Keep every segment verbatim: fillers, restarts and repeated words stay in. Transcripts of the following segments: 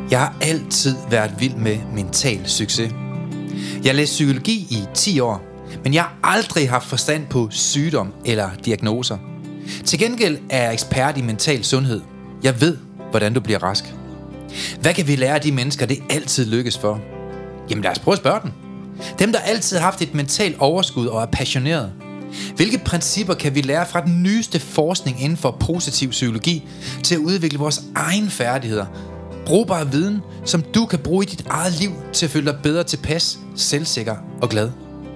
Jeg har altid været vild med mental succes. Jeg læste psykologi i ti år, men jeg har aldrig haft forstand på sygdom eller diagnoser. Til gengæld er jeg ekspert i mental sundhed. Jeg ved, hvordan du bliver rask. Hvad kan vi lære af de mennesker, det altid lykkes for? Jamen lad os prøve at spørge dem. Dem, der altid har haft et mentalt overskud og er passioneret. Hvilke principper kan vi lære fra den nyeste forskning inden for positiv psykologi til at udvikle vores egne færdigheder? Brugbar viden, som du kan bruge i dit eget liv til at føle dig bedre tilpas, selvsikker og glad.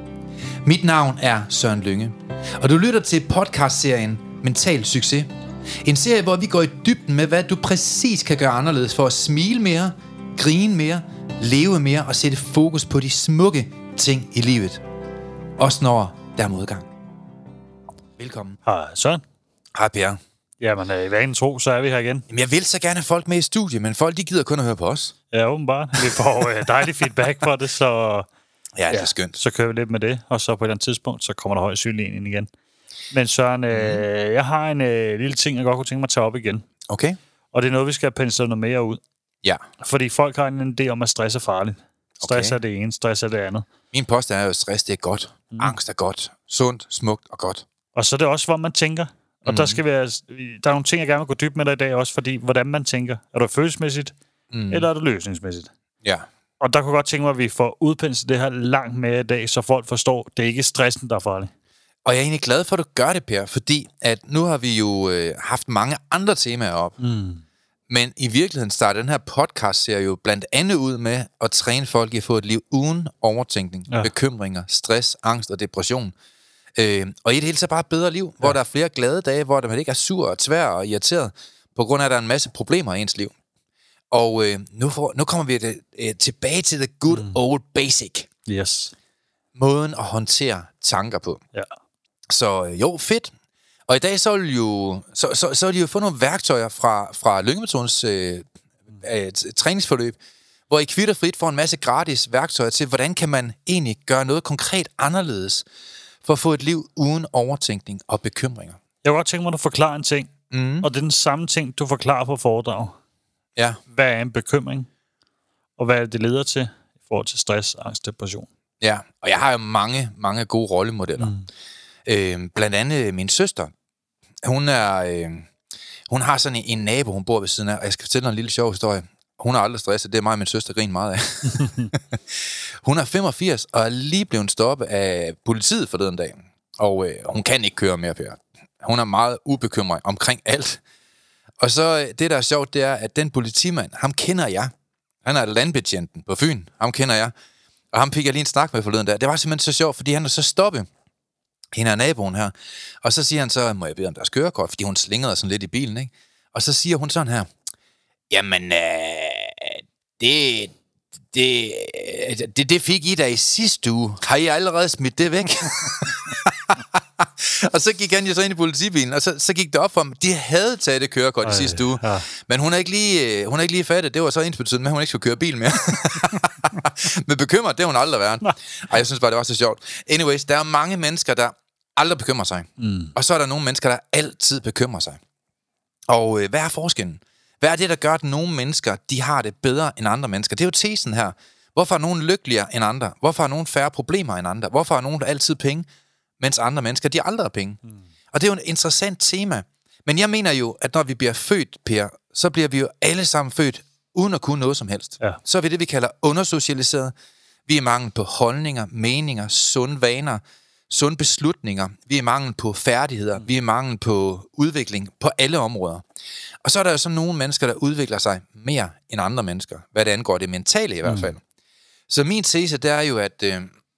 Mit navn er Søren Lynge, og du lytter til podcastserien Mental Succes. En serie, hvor vi går i dybden med, hvad du præcis kan gøre anderledes for at smile mere, grine mere, leve mere og sætte fokus på de smukke ting i livet. Også når der er modgang. Velkommen. Hej Søren. Hej Per. Jamen, i vanen tro, så er vi her igen. Jamen, jeg vil så gerne have folk med i studiet, men folk de gider kun at høre på os. Ja, åbenbart. Vi får uh, dejlig feedback på det, så... Ja, det er ja, skønt. Så kører vi lidt med det, og så på et eller andet tidspunkt, så kommer der højst synlig ind igen. Men Søren, mm. øh, jeg har en øh, lille ting, jeg godt kunne tænke mig at tage op igen. Okay. Og det er noget, vi skal pensle noget mere ud. Ja. Fordi folk har en idé om, at stress er farligt. Stress okay. er det ene, stress er det andet. Min påstand er jo, at stress det er godt. Mm. Angst er godt. Sundt, smukt og godt. Og så er det også, hvor man tænker. Og mm. der skal vi, der er nogle ting, jeg gerne vil gå dybt med dig i dag også, fordi hvordan man tænker. Er du følelsesmæssigt, mm. eller er du løsningsmæssigt? Ja. Og der kunne jeg godt tænke mig, at vi får udpenslet det her langt mere i dag, så folk forstår, det er ikke stressen, der er farlig. Og jeg er egentlig glad for, at du gør det, Per, fordi at nu har vi jo øh, haft mange andre temaer op. Mm. Men i virkeligheden starter den her podcast-serie jo blandt andet ud med at træne folk i at få et liv uden overtænkning, ja. bekymringer, stress, angst og depression. Øh, og i det hele taget bare et bedre liv, ja. hvor der er flere glade dage, hvor man ikke er sur og tvær og irriteret, på grund af, at der er en masse problemer i ens liv. Og øh, nu, får, nu kommer vi det, øh, tilbage til the good mm. old basic. Yes. Måden at håndtere tanker på. Ja. Så øh, jo, fedt. Og i dag så vil jo så, så, så vil de jo få nogle værktøjer fra, fra Lyngemetodens øh, øh, træningsforløb, hvor I kvitterfrit får en masse gratis værktøjer til, hvordan kan man egentlig gøre noget konkret anderledes, for at få et liv uden overtænkning og bekymringer. Jeg kunne godt tænke mig, at du forklarer en ting, mm. og det er den samme ting, du forklarer på foredrag. Ja. Hvad er en bekymring, og hvad det leder til i forhold til stress, angst, depression? Ja, og jeg har jo mange, mange gode rollemodeller. Mm. Øh, blandt andet min søster. Hun er, øh, hun har sådan en, en nabo, hun bor ved siden af, og jeg skal fortælle en lille sjov historie. Hun har aldrig stresset, det er mig og min søster griner meget af. Hun er femogfirs og er lige blevet stoppet af politiet forleden dag. Og øh, hun kan ikke køre mere, Per. Hun er meget ubekymret omkring alt. Og så det, der er sjovt, det er, at den politimand, ham kender jeg. Han er landbetjenten på Fyn. Ham kender jeg. Og ham fik jeg lige en snak med forleden dag. Det var simpelthen så sjovt, fordi han er så stoppet. Hende er naboen her. Og så siger han så, må jeg bede om deres kørekort, fordi hun slingrede sådan lidt i bilen, ikke? Og så siger hun sådan her, jamen, øh, det, det, det, det fik I da i sidste uge. Har I allerede smidt det væk? Og så gik han jo så ind i politibilen, og så, så gik det op for ham, de havde taget det kørekort i sidste uge. Ja. Men hun har ikke lige, hun har ikke lige fattet, det var så ensbetydende med, at hun ikke skulle køre bil mere. Men bekymret, det har hun aldrig været. Ej, jeg synes bare, det var så sjovt. Anyways, der er mange mennesker, der aldrig bekymrer sig. Mm. Og så er der nogle mennesker, der altid bekymrer sig. Og øh, hvad er forskellen? Hvad er det, der gør, at nogle mennesker, de har det bedre end andre mennesker? Det er jo tesen her. Hvorfor er nogen lykkeligere end andre? Hvorfor er nogen færre problemer end andre? Hvorfor er nogen der altid penge, mens andre mennesker, de aldrig har penge? Mm. Og det er jo et interessant tema. Men jeg mener jo, at når vi bliver født, Per, så bliver vi jo alle sammen født uden at kunne noget som helst. Ja. Så er vi det, vi kalder undersocialiseret. Vi er mangel på holdninger, meninger, sunde vaner, sunde beslutninger. Vi er mangel på færdigheder. Mm. Vi er mangel på udvikling på alle områder. Og så er der jo så nogle mennesker, der udvikler sig mere end andre mennesker, hvad det angår det mentale i hvert fald. Mm. Så min tese, det er jo, at øh,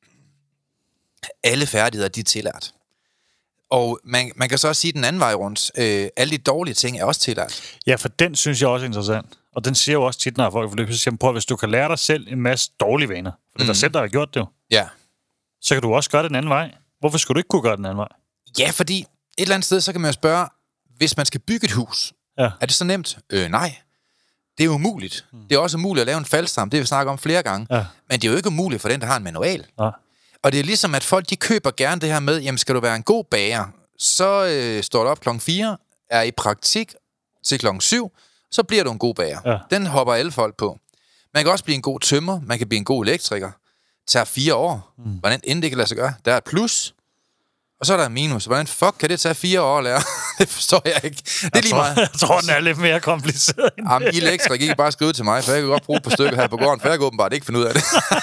alle færdigheder, de er tillært. Og man, man kan så også sige den anden vej rundt. Øh, alle de dårlige ting er også tillært. Ja, for den synes jeg også er interessant. Og den siger jo også tit, når folk forløber, så siger man, prøv, hvis du kan lære dig selv en masse dårlige vaner, for det er mm. dig selv, der har gjort det jo, ja. Så kan du også gøre det den anden vej. Hvorfor skulle du ikke kunne gøre den anden vej? Ja, fordi et eller andet sted, så kan man jo spørge, hvis man skal bygge et hus, ja. Er det så nemt? Øh, nej. Det er umuligt. Mm. Det er også umuligt at lave en faldstamme, det har vi snakket om flere gange. Ja. Men det er jo ikke umuligt for den, der har en manual. Ja. Og det er ligesom, at folk, de køber gerne det her med, jamen skal du være en god bager, så øh, står du op klokken fire, er i praktik til klokken syv, så bliver du en god bager. Ja. Den hopper alle folk på. Man kan også blive en god tømrer, man kan blive en god elektriker. Det tager fire år. Mm. Hvordan end det kan lade sig gøre? Der er et plus, og så er der et minus. Hvordan fuck kan det tage fire år at lære? Det forstår jeg ikke. Det er jeg lige tror, meget. Jeg tror, den er lidt mere kompliceret end Jamen, I elektriker ikke bare skrive til mig, for jeg kan godt bruge på stykker her på gården, for jeg kan åbenbart ikke finde ud af det.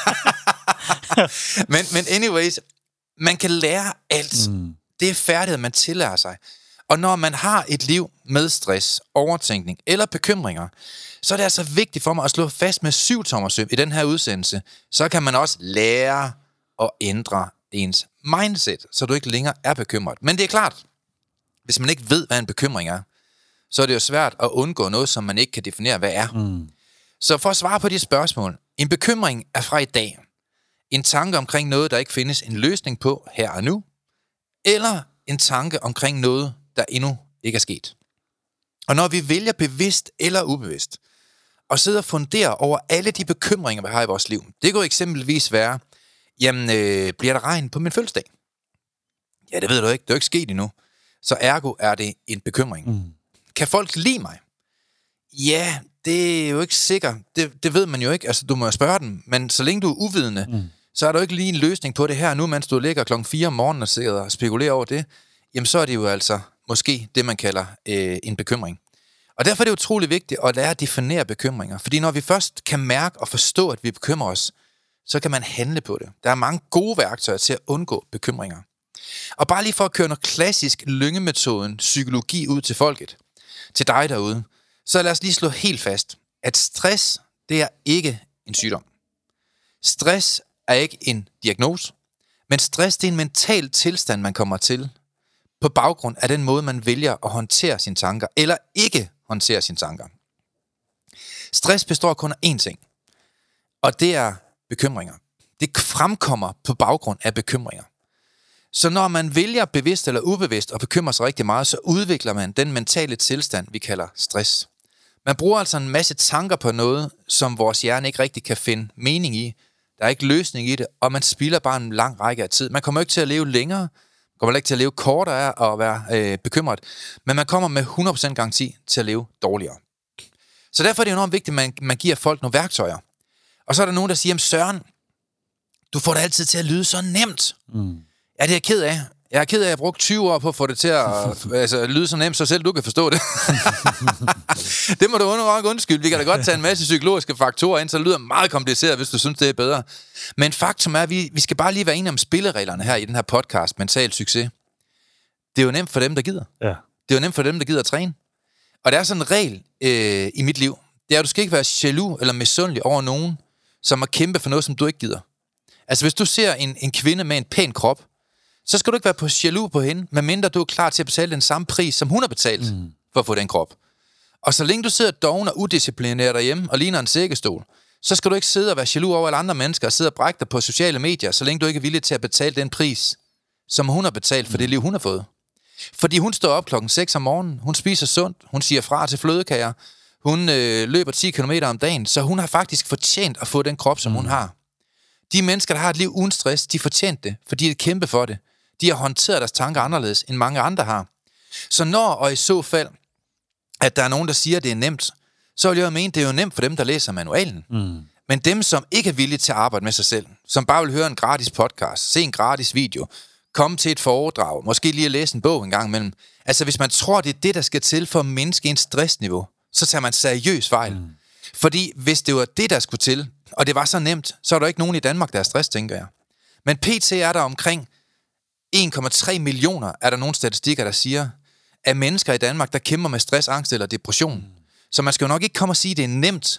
men, men anyways, man kan lære alt. Mm. Det er færdighed, man tillærer sig. Og når man har et liv med stress, overtænkning eller bekymringer, så er det altså vigtigt for mig at slå fast med syv tommersøm i den her udsendelse. Så kan man også lære at ændre ens mindset, så du ikke længere er bekymret. Men det er klart, hvis man ikke ved, hvad en bekymring er, så er det jo svært at undgå noget, som man ikke kan definere, hvad er. Mm. Så for at svare på de spørgsmål, en bekymring er fra i dag. En tanke omkring noget, der ikke findes en løsning på her og nu, eller en tanke omkring noget, der endnu ikke er sket. Og når vi vælger bevidst eller ubevidst, og sidder og funderer over alle de bekymringer, vi har i vores liv, det kunne eksempelvis være, jamen, øh, bliver der regn på min fødselsdag? Ja, det ved du ikke. Det er jo ikke sket endnu. Så ergo er det en bekymring. Mm. Kan folk lide mig? Ja, det er jo ikke sikkert. Det, det ved man jo ikke. Altså, du må jo spørge dem. Men så længe du er uvidende, mm. så er der jo ikke lige en løsning på det her nu, mens du ligger klokken fire om morgenen og sidder og spekulerer over det. Jamen, så er det jo altså måske det, man kalder øh, en bekymring. Og derfor er det utrolig vigtigt at lære at definere bekymringer. Fordi når vi først kan mærke og forstå, at vi bekymrer os, så kan man handle på det. Der er mange gode værktøjer til at undgå bekymringer. Og bare lige for at køre noget klassisk lyngemetoden psykologi ud til folket, til dig derude, så lad os lige slå helt fast, at stress, det er ikke en sygdom. Stress er ikke en diagnose, men stress, det er en mental tilstand, man kommer til, på baggrund af den måde, man vælger at håndtere sine tanker, eller ikke håndtere sine tanker. Stress består kun af én ting, og det er bekymringer. Det fremkommer på baggrund af bekymringer. Så når man vælger bevidst eller ubevidst og bekymrer sig rigtig meget, så udvikler man den mentale tilstand, vi kalder stress. Man bruger altså en masse tanker på noget, som vores hjerne ikke rigtig kan finde mening i. Der er ikke løsning i det, og man spilder bare en lang række af tid. Man kommer ikke til at leve længere, man kommer ikke til at leve kortere af og være øh, bekymret, men man kommer med hundrede procent garanti til at leve dårligere. Så derfor er det enormt vigtigt, at man, man giver folk nogle værktøjer. Og så er der nogen, der siger, Søren, du får det altid til at lyde så nemt. Mm. Ja, det er jeg ked af. Jeg er ked af, at jeg har brugt tyve år på at få det til at altså, lyde så nemt, så selv du kan forstå det. Det må du undervejs undskylde. Vi kan da godt tage en masse psykologiske faktorer ind, så det lyder meget kompliceret, hvis du synes, det er bedre. Men faktum er, at vi, vi skal bare lige være enige om spillereglerne her i den her podcast, Mental Succes. Det er jo nemt for dem, der gider. Ja. Det er jo nemt for dem, der gider at træne. Og der er sådan en regel øh, i mit liv. Det er, at du skal ikke være jaloux eller misundelig over nogen, som har kæmpe for noget, som du ikke gider. Altså, hvis du ser en, en kvinde med en pæn krop, så skal du ikke være på jaloux på hende, medmindre du er klar til at betale den samme pris, som hun har betalt mm. for at få den krop. Og så længe du sidder doven og udisciplineret derhjemme og ligner en sækkestol, så skal du ikke sidde og være jaloux over alle andre mennesker og sidde og brække dig på sociale medier, så længe du ikke er villig til at betale den pris, som hun har betalt for mm. det liv, hun har fået. Fordi hun står op klokken seks om morgenen, hun spiser sundt, hun siger fra til flødekager, hun øh, løber ti kilometer om dagen, så hun har faktisk fortjent at få den krop, som mm. hun har. De mennesker, der har et liv uden stress, de fortjente det, fordi de er kæmpe for det. De har håndteret deres tanker anderledes, end mange andre har. Så når og i så fald, at der er nogen, der siger, at det er nemt, så vil jeg jo mene, at det er jo nemt for dem, der læser manualen. Mm. Men dem, som ikke er villige til at arbejde med sig selv, som bare vil høre en gratis podcast, se en gratis video, komme til et foredrag, måske lige at læse en bog en gang imellem. Altså, hvis man tror, det er det, der skal til for at mindske ens stressniveau, så tager man seriøst fejl. Mm. Fordi hvis det var det, der skulle til, og det var så nemt, så er der ikke nogen i Danmark, der er stress, tænker jeg. Men pt. Er der omkring en komma tre millioner, er der nogle statistikker, der siger, af mennesker i Danmark, der kæmper med stress, angst eller depression. Mm. Så man skal jo nok ikke komme og sige, at det er nemt,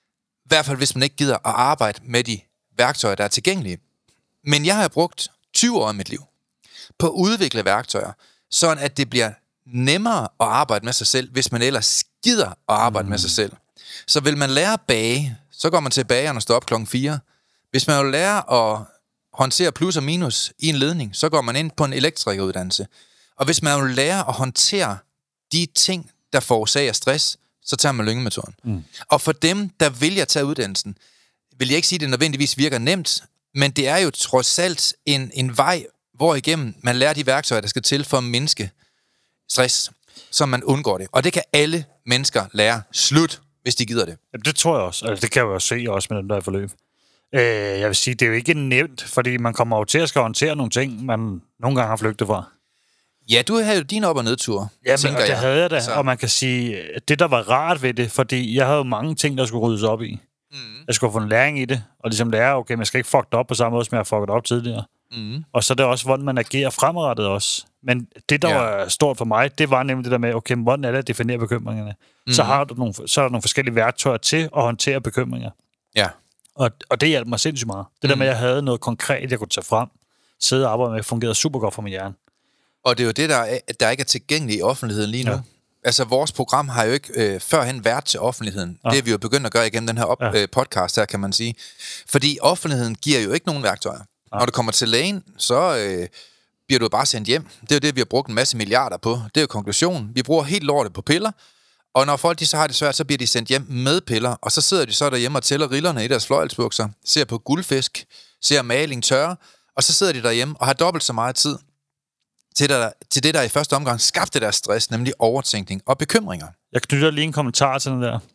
i hvert fald hvis man ikke gider at arbejde med de værktøjer, der er tilgængelige. Men jeg har brugt tyve år af mit liv på at udvikle værktøjer, sådan at det bliver nemmere at arbejde med sig selv, hvis man ellers gider at arbejde mm. med sig selv. Så vil man lære at bage, så går man til bageren og står op klokken fire. Hvis man vil lære at håndtere plus og minus i en ledning, så går man ind på en elektrikeruddannelse. Og hvis man vil lære at håndtere de ting, der forårsager stress, så tager man lyngemetoden. Mm. Og for dem, der vælger at tage uddannelsen, vil jeg ikke sige, at det nødvendigvis virker nemt, men det er jo trods alt en, en vej, hvor igennem man lærer de værktøjer, der skal til for at mindske stress, så man undgår det. Og det kan alle mennesker lære. Slut. hvis de gider det. Jamen, det tror jeg også. Altså, det kan jeg jo se også med den der forløb. Øh, jeg vil sige, det er jo ikke nemt, fordi man kommer jo til at skal håndtere nogle ting, man nogle gange har flygtet fra. Ja, du havde jo din op- og nedtur, Ja, tænker og det jeg. havde jeg da, Så. og man kan sige, det der var rart ved det, fordi jeg havde jo mange ting, der skulle ryddes op i. Mm. Jeg skulle få en læring i det, og ligesom lære, okay, man skal ikke fuck det op på samme måde, som jeg har fucket op tidligere. Mm. Og så er det også, hvordan man agerer fremadrettet også. Men det, der ja. var stort for mig, det var nemlig det der med, okay, hvordan er det at definere bekymringerne? Mm. Så, har du nogle, så er der nogle forskellige værktøjer til at håndtere bekymringer. Ja. Og, og det hjalp mig sindssygt meget. Det mm. der med, at jeg havde noget konkret, jeg kunne tage frem, sidde og arbejde med, fungerede super godt for min hjerne. Og det er jo det, der, er, der ikke er tilgængeligt i offentligheden lige nu. Ja. Altså, vores program har jo ikke øh, førhen været til offentligheden. Ja. Det er vi jo begyndt at gøre igennem den her op, ja. øh, podcast her, kan man sige. Fordi offentligheden giver jo ikke nogen værktøjer. Ja. Når du kommer til lægen, så øh, bliver du bare sendt hjem. Det er jo det, vi har brugt en masse milliarder på. Det er jo konklusionen. Vi bruger helt lortet på piller. Og når folk de så har det svært, så bliver de sendt hjem med piller. Og så sidder de så derhjemme og tæller rillerne i deres fløjelsbukser, ser på guldfisk, ser maling tørre, og så sidder de derhjemme og har dobbelt så meget tid til, der, til det, der i første omgang skabte deres stress, nemlig overtænkning og bekymringer. Jeg knytter lige en kommentar til den der.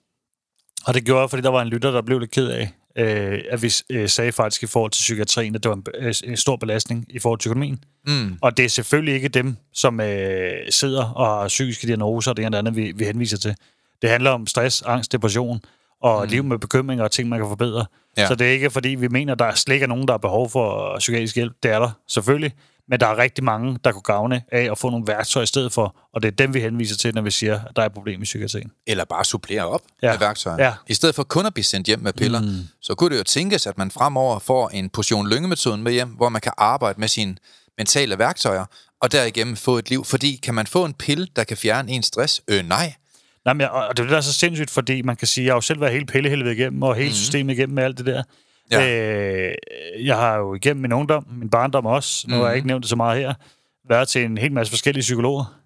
Og det gjorde jeg, fordi der var en lytter, der blev lidt ked af, øh, at vi øh, sagde faktisk i forhold til psykiatrien, at det var en, øh, en stor belastning i forhold til økonomien. Mm. Og det er selvfølgelig ikke dem, som øh, sidder og har psykiske diagnoser og det ene andet, vi, vi henviser til. Det handler om stress, angst, depression og mm. liv med bekymringer og ting, man kan forbedre. Ja. Så det er ikke, fordi vi mener, at der slet ikke er nogen, der har behov for psykiatrisk hjælp. Det er der selvfølgelig. Men der er rigtig mange, der kunne gavne af at få nogle værktøjer i stedet for, og det er dem, vi henviser til, når vi siger, at der er et problem i psykiatrien. Eller bare supplere op ja. med værktøjer. Ja. I stedet for kun at blive sendt hjem med piller, mm. så kunne det jo tænkes, at man fremover får en portion lyngemetoden med hjem, hvor man kan arbejde med sine mentale værktøjer, og derigennem få et liv. Fordi kan man få en pille, der kan fjerne ens stress? Øh, nej. Nej, men, og det er det, der er så sindssygt, fordi man kan sige, at jeg har jo selv været hele pillehelvede igennem, og hele mm. systemet igennem med alt det der. Ja. Øh, jeg har jo igennem min ungdom, min barndom også, nu har jeg ikke nævnt det så meget her, været til en hel masse forskellige psykologer.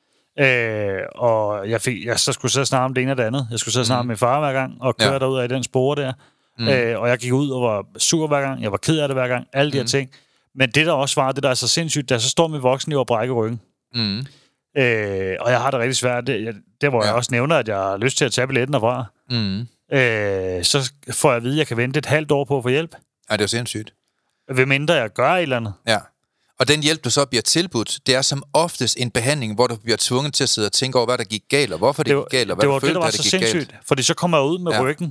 Øh, og jeg, fik, jeg så skulle sidde og snakke om det ene og det andet. Jeg skulle sidde og snakke mm. med min far hver gang, og køre ja. derud af den spore der. Mm. Øh, og jeg gik ud og var sur hver gang, jeg var ked af det hver gang, alle de mm. her ting. Men det der også var, det der er så sindssygt, da så står mit voksenliv og brækker ryggen. Mm. Øh, og jeg har det rigtig svært. Det, jeg, der hvor ja. jeg også nævner, at jeg har lyst til at tage billetten derfra. Mm. Øh, så får jeg at vide, at jeg kan vente et halvt år på at få hjælp. Ja, det er jo sindssygt. Hvem mindre jeg gør et eller andet. Ja. Og den hjælp, du så bliver tilbudt, det er som oftest en behandling, hvor du bliver tvunget til at sidde og tænke over, hvad der gik galt, og hvorfor det, det var, gik galt, og hvad det du følte, det, der det, det gik sindssygt, galt. Fordi så kommer jeg ud med ja. ryggen,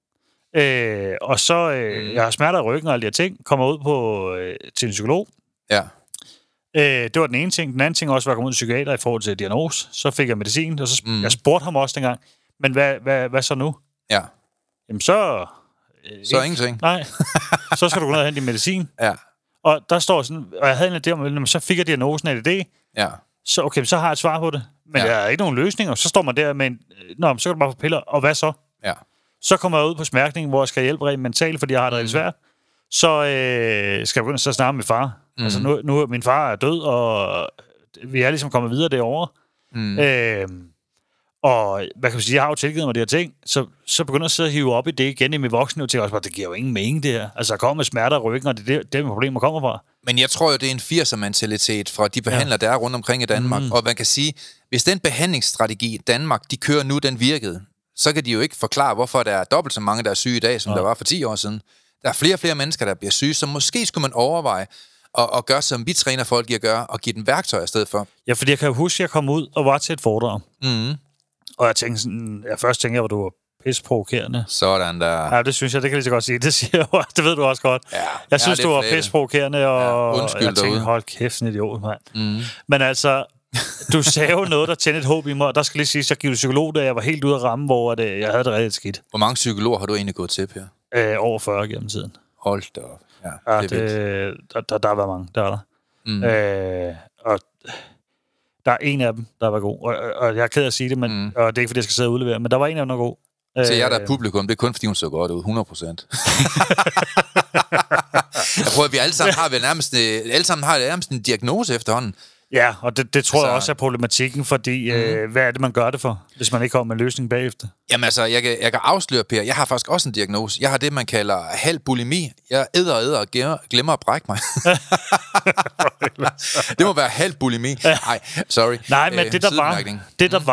øh, og så, øh, mm. jeg har smerter i ryggen og alle de her ting, kommer ud på, øh, til en psykolog. Ja. Øh, det var den ene ting. Den anden ting også var at komme ud til psykiater i forhold til diagnose. Så fik jeg medicin, og så mm. jeg spurgte ham også dengang, men hvad, hvad, hvad så nu? Ja. Jamen så... Øh, så ikke, ingenting? Nej. Så skal du gå ned og hente din medicin. Ja. Og der står sådan, og jeg havde en idé om, så fik jeg diagnosen af det. Ja. Så okay, så har jeg et svar på det. Men ja. der er ikke nogen løsninger. Så står man der med en, nå, så kan du bare få piller, og hvad så? Ja. Så kommer jeg ud på smærkningen, hvor jeg skal hjælpe rent mentalt, fordi jeg har det mm. rigtig svært. Så øh, skal jeg begynde at snakke med min far. Mm. Altså nu, nu min far er død, og vi er ligesom kommet videre derovre. Mm. Øh, og hvad kan man sige, jeg har jo tilgivet mig de her ting, så, så begynder jeg at sidde og hive op i det igen i min voksne, og tænker også bare, det giver jo ingen mening det her. Altså, jeg kommer med smerter og ryggen, og det er det, det problemer kommer fra. Men jeg tror jo, det er en firser-mentalitet fra de behandlere, ja. der er rundt omkring i Danmark. Mm. Og man kan sige, hvis den behandlingsstrategi Danmark, de kører nu, den virkede, så kan de jo ikke forklare, hvorfor der er dobbelt så mange, der er syge i dag, som ja. der var for ti år siden. Der er flere og flere mennesker, der bliver syge, så måske skulle man overveje at, at gøre, som vi træner folk i at gøre, og give dem værktøjer i stedet for. Ja, fordi jeg kan jo huske, at jeg kom ud og var til et foredrag. Mm. Og jeg tænkte sådan, jeg først tænkte, at du var pisprovokerende. Sådan der. Ja, det synes jeg, det kan jeg lige så godt sige. Det siger jeg, det ved du også godt. Ja, jeg synes, du var pisprovokerende, og ja, jeg tænkte, derude. Hold kæft, en idiot, mand. Mm. Men altså, du sagde jo noget, der tændte et håb i mig, og der skal lige sige, at jeg gik til psykolog, da jeg var helt ude af ramme, hvor det, jeg havde det rigtig skidt. Hvor mange psykologer har du egentlig gået til, Per? Øh, over fyrre gennem tiden. Hold da op. Ja, ja det, det der, der, der var mange, der er der. Mm. Øh, og der er en af dem, der var god. Og, og jeg er ked af at sige det, men, mm. og det er ikke, fordi jeg skal sidde og udlevere, men der var en af dem, der var god. Så jeg der er publikum, det er kun, fordi hun så godt ud. hundrede procent. Jeg prøver, at vi alle sammen har, vi nærmest, alle sammen har nærmest en diagnose efterhånden. Ja, og det, det tror altså, jeg også er problematikken, fordi mm. øh, hvad er det, man gør det for, hvis man ikke kommer med en løsning bagefter? Jamen altså, jeg kan, jeg kan afsløre, Per, jeg har faktisk også en diagnose. Jeg har det, man kalder halv bulimi. Jeg æder og æder og glemmer, glemmer at brække mig. Det må være halv bulimi. Nej, sorry. Nej, men øh, det, der var, det, der var,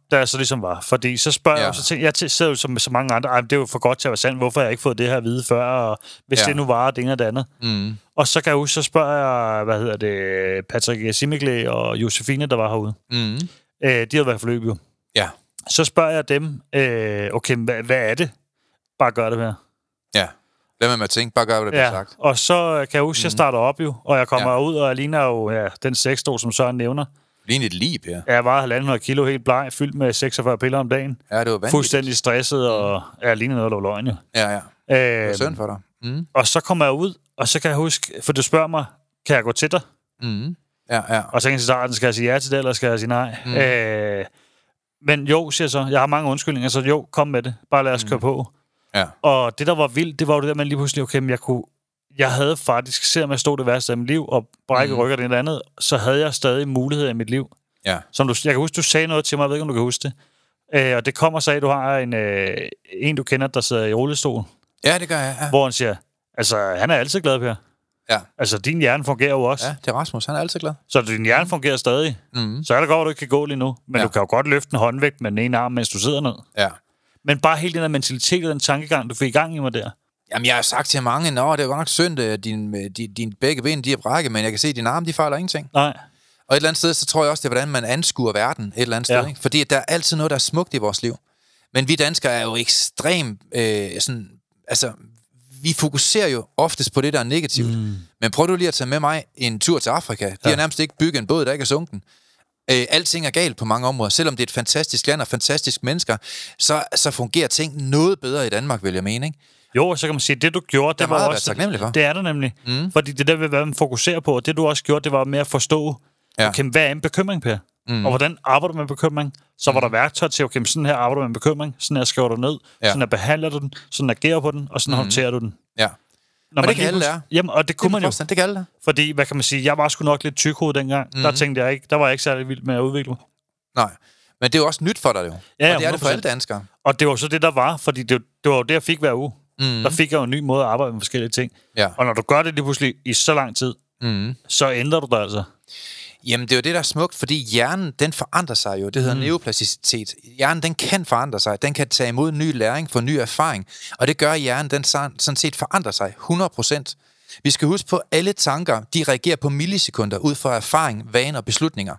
da jeg så ligesom var. Fordi så spørger ja. jeg, så tænker jeg, jeg sidder jo som med så mange andre, ej, det er jo for godt til at være sandt, hvorfor har jeg ikke fået det her at vide før, og hvis ja. det nu var det ene og det andet. Mm. Og så kan jeg huske, så spørger jeg, hvad hedder det, Patrick Simigle og Josefine, der var herude. Mm. Øh, de havde været forløb jo. Ja. Så spørger jeg dem, øh, okay, hvad, hvad er det? Bare gør det her. Ja. Lad mig med at tænke, bare gør, hvad det ja. bliver sagt. Og så kan jeg huske, at jeg starter op jo, og jeg kommer ja. ud, og jeg ligner jo ja, den sexstol, som Søren nævner. Ligner et lib, ja. Jeg var halvanden hundrede kilo helt bleg, fyldt med seksogfyrre piller om dagen. Ja, det var vanvittigt. Fuldstændig stresset, og jeg ligner noget, der var løgn jo. Ja, ja. Det var synd for dig. Mm. Og så kommer jeg ud, og så kan jeg huske, for du spørger mig, kan jeg gå til dig? Mm. Ja, ja. Og så kan jeg sige starten, skal jeg sige ja til det, eller skal jeg sige nej? Mm. Øh, men jo, siger jeg så, jeg har mange undskyldninger, så jo, kom med det. Bare lad os mm. køre på. Ja. Og det, der var vildt, det var jo det der, man lige pludselig, okay, men jeg kunne... Jeg havde faktisk, selvom jeg stod det værste af mit liv, og brække mm. rygger det eller andet, så havde jeg stadig mulighed i mit liv. Ja. Som du, jeg kan huske, du sagde noget til mig, jeg ved ikke, om du kan huske det. Øh, og det kommer så af, at du har en, øh, en, du kender, der sidder i rullestol. Ja, det gør jeg, ja. Hvor han siger, altså, han er altid glad, Per. Ja. Altså, din hjerne fungerer jo også. Ja, det er Rasmus, han er altid glad. Så din hjerne fungerer stadig. Mm. Så er det godt, at du ikke kan gå lige nu. Men ja. du kan jo godt løfte en håndvægt med den ene arm, mens du sidder ned. Ja. Men bare helt den der mentalitet og den tankegang, du fik i gang i mig der. Jamen, jeg har sagt til mange, nå, det er jo nok synd, at dine din, din begge ben, de er brækket, men jeg kan se, at dine arme, de fejler ingenting. Nej. Og et eller andet sted, så tror jeg også, det er, hvordan man anskuer verden et eller andet sted. Ja. Ikke? Fordi der er altid noget, der er smukt i vores liv. Men vi danskere er jo ekstremt, øh, sådan, altså, vi fokuserer jo oftest på det, der er negativt. Mm. Men prøv du lige at tage med mig en tur til Afrika. De ja. har nærmest ikke bygget en båd, der ikke er sunken. Øh, alting er galt på mange områder. Selvom det er et fantastisk land og fantastisk mennesker, så, så fungerer ting noget bedre i Danmark, vil jeg mene, ikke? Jo, så kan man sige, det du gjorde, det, det var også... For. Det er det nemlig. Mm. Fordi det der vil være, man fokuserer på, og det du også gjorde, det var med at forstå, ja. okay, hvad er en bekymring, Per? Mm. Og hvordan arbejder du med bekymring? Så var der værktøj til, okay, sådan her arbejder du med bekymring, sådan her skriver du ned, ja. sådan her behandler du den, sådan agerer på den, og sådan mm. håndterer du den. Ja. Når og det kan alle lære. Jamen, og det kunne man jo. Det kan alle lære. Fordi, hvad kan man sige, jeg var sgu nok lidt tykhoved dengang. Mm. Der tænkte jeg ikke, der var jeg ikke særlig vild med at udvikle. Nej, men det er jo også nyt for dig, jo. Ja, og det er det for alle danskere. Og det var så det, der var, fordi det, det var jo det, jeg fik hver uge. Mm. Der fik jeg jo en ny måde at arbejde med forskellige ting. Ja. Og når du gør det lige pludselig i så lang tid, mm. så ændrer du dig altså. Jamen, det er jo det, der er smukt, fordi hjernen, den forandrer sig jo. Det hedder mm. neuroplasticitet. Hjernen, den kan forandre sig. Den kan tage imod ny læring, få ny erfaring. Og det gør, at hjernen, den sådan set forandrer sig hundrede procent. Vi skal huske på, at alle tanker, de reagerer på millisekunder ud fra erfaring, vaner og beslutninger.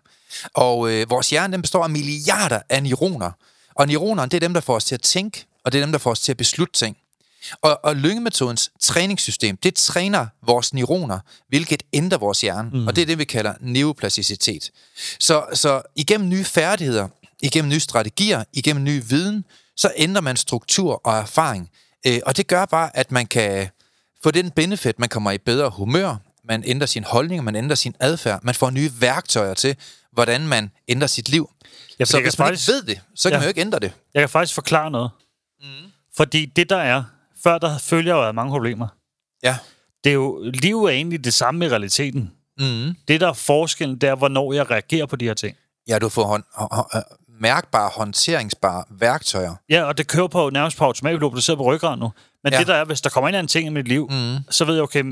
Og øh, vores hjerne, den består af milliarder af neuroner. Og neuronerne, det er dem, der får os til at tænke, og det er dem, der får os til at beslutte ting. Og, og Lynge-metodens træningssystem, det træner vores neuroner, hvilket ændrer vores hjerne. Mm. Og det er det, vi kalder neuroplasticitet. Så, så igennem nye færdigheder, igennem nye strategier, igennem ny viden, så ændrer man struktur og erfaring. Øh, og det gør bare, at man kan få den benefit, man kommer i bedre humør, man ændrer sin holdning, man ændrer sin adfærd, man får nye værktøjer til, hvordan man ændrer sit liv. Ja, så hvis man faktisk ikke ved det, så kan ja, man jo ikke ændre det. Jeg kan faktisk forklare noget. Mm. Fordi det, der er... Før der følger jo af mange problemer. Ja. Det er jo, livet er egentlig det samme i realiteten. Mm. Det, der er forskellen, det er, hvornår jeg reagerer på de her ting. Ja, du får hånd, hå- mærkbare, håndteringsbare værktøjer. Ja, og det kører på nærmest på automatpilot, du sidder på ryggraden nu. Men ja. det der er, hvis der kommer ind en ting i mit liv, mm. så ved jeg, okay,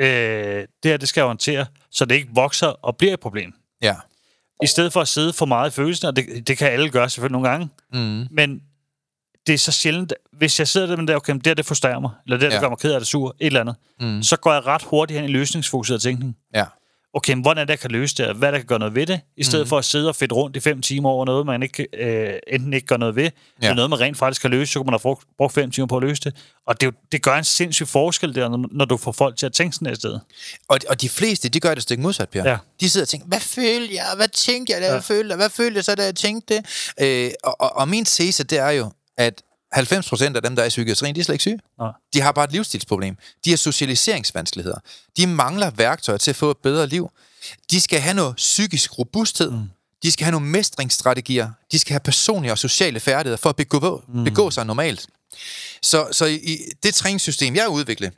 øh, det her, det skal jeg håndtere, så det ikke vokser og bliver et problem. Ja. I stedet for at sidde for meget i følelsen, og det, det kan alle gøre selvfølgelig nogle gange, mm. men det er så sjældent, hvis jeg sidder der med det, okay, det her, det frustrerer mig, eller det her, ja. det gør mig ked af det sur, et eller andet, mm. så går jeg ret hurtigt hen i løsningsfokuseret tænkning. Ja. Okay, hvordan er det, jeg kan løse det, hvad der kan gøre noget ved det, i stedet mm. for at sidde og fedt rundt i fem timer over noget, man ikke, øh, enten ikke gør noget ved, ja. det er noget, man rent faktisk kan løse, så kan man have brugt fem timer på at løse det. Og det, det gør en sindssyg forskel der, når, når du får folk til at tænke sådan et sted. Og, og de fleste, de gør det stik modsat, Per. Ja. De sidder og tænker, hvad følte jeg, hvad tænkte jeg, da jeg ja. følte, hvad følte jeg så, da jeg tænkte det? Øh, og, og, og min tese, det er jo, at halvfems procent af dem, der er i psykiatrien, de er slet ikke syge. Ja. De har bare et livsstilsproblem. De har socialiseringsvanskeligheder. De mangler værktøjer til at få et bedre liv. De skal have noget psykisk robusthed. Mm. De skal have nogle mestringsstrategier. De skal have personlige og sociale færdigheder for at begå, mm. begå sig normalt. Så, så i det træningssystem, jeg har udviklet,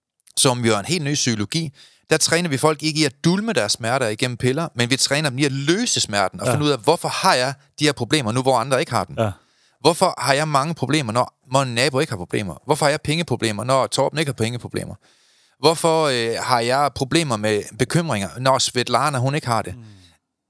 som jo er en helt ny psykologi, der træner vi folk ikke i at dulme deres smerter igennem piller, men vi træner dem i at løse smerten og ja. finde ud af, hvorfor har jeg de her problemer nu, hvor andre ikke har dem. Ja. Hvorfor har jeg mange problemer, når min nabo ikke har problemer? Hvorfor har jeg pengeproblemer, når Torben ikke har pengeproblemer? Hvorfor øh, har jeg problemer med bekymringer, når Svetlana, hun ikke har det? Mm.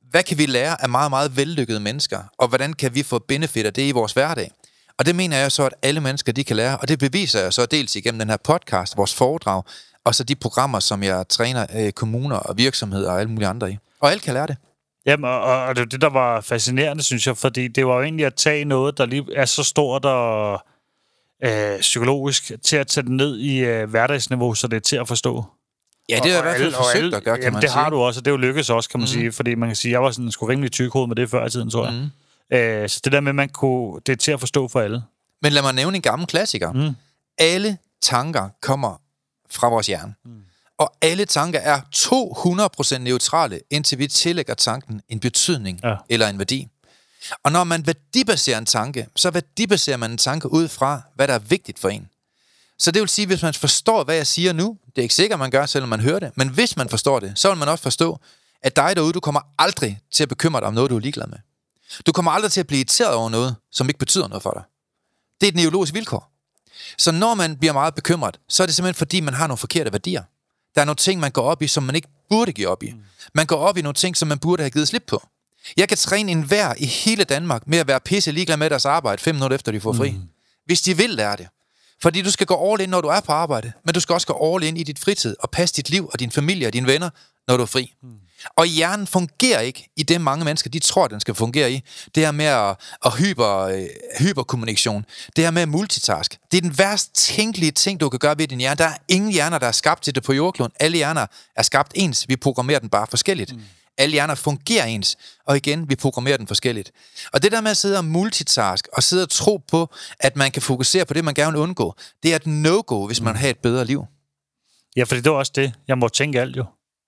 hvad kan vi lære af meget, meget vellykkede mennesker, og hvordan kan vi få benefit af det i vores hverdag? Og det mener jeg så, at alle mennesker, de kan lære, og det beviser jeg så dels igennem den her podcast, vores foredrag, og så de programmer, som jeg træner øh, kommuner og virksomheder og alle mulige andre i. Og alle kan lære det. Jamen, og, og det det, der var fascinerende, synes jeg, fordi det var jo egentlig at tage noget, der lige er så stort og øh, psykologisk, til at tage det ned i øh, hverdagsniveau, så det er til at forstå. Ja, det er i hvert fald forsøgt alle, at gøre, kan jamen, man det sige. har du også, og det er jo lykkes også, kan man mm. sige, fordi man kan sige, jeg var sådan sgu rimelig tykhoved med det før i tiden, tror jeg. Mm. Øh, så det der med, man kunne, det er til at forstå for alle. Men lad mig nævne en gammel klassiker. Mm. Alle tanker kommer fra vores hjerne. Mm. Og alle tanker er to hundrede procent neutrale, indtil vi tillægger tanken en betydning ja. eller en værdi. Og når man værdibaserer en tanke, så værdibaserer man en tanke ud fra, hvad der er vigtigt for en. Så det vil sige, hvis man forstår, hvad jeg siger nu, det er ikke sikkert, man gør, selvom man hører det, men hvis man forstår det, så vil man også forstå, at dig derude, du kommer aldrig til at bekymre dig om noget, du er ligeglad med. Du kommer aldrig til at blive irriteret over noget, som ikke betyder noget for dig. Det er et neurologisk vilkår. Så når man bliver meget bekymret, så er det simpelthen fordi, man har nogle forkerte værdier. Der er nogle ting, man går op i, som man ikke burde give op i. Man går op i nogle ting, som man burde have givet slip på. Jeg kan træne enhver i hele Danmark med at være pisse ligeglad med deres arbejde fem minutter efter, de får fri. Mm. Hvis de vil lære det. Fordi du skal gå all in, når du er på arbejde, men du skal også gå all in i dit fritid og passe dit liv og din familie og dine venner, når du er fri. Mm. Og hjernen fungerer ikke i det, mange mennesker de tror, den skal fungere i. Det her med at, at hyper, øh, hyperkommunikation. Det her med at multitask. Det er den værst tænkelige ting, du kan gøre ved din hjerne. Der er ingen hjerner, der er skabt til det på jordkloden. Alle hjerner er skabt ens. Vi programmerer den bare forskelligt. Mm. Alle hjerner fungerer ens. Og igen, vi programmerer den forskelligt. Og det der med at sidde og multitask og sidde og tro på, at man kan fokusere på det, man gerne vil undgå, det er et no-go, hvis man vil have et bedre liv. Ja, fordi det var også det. Jeg må tænke alt jo.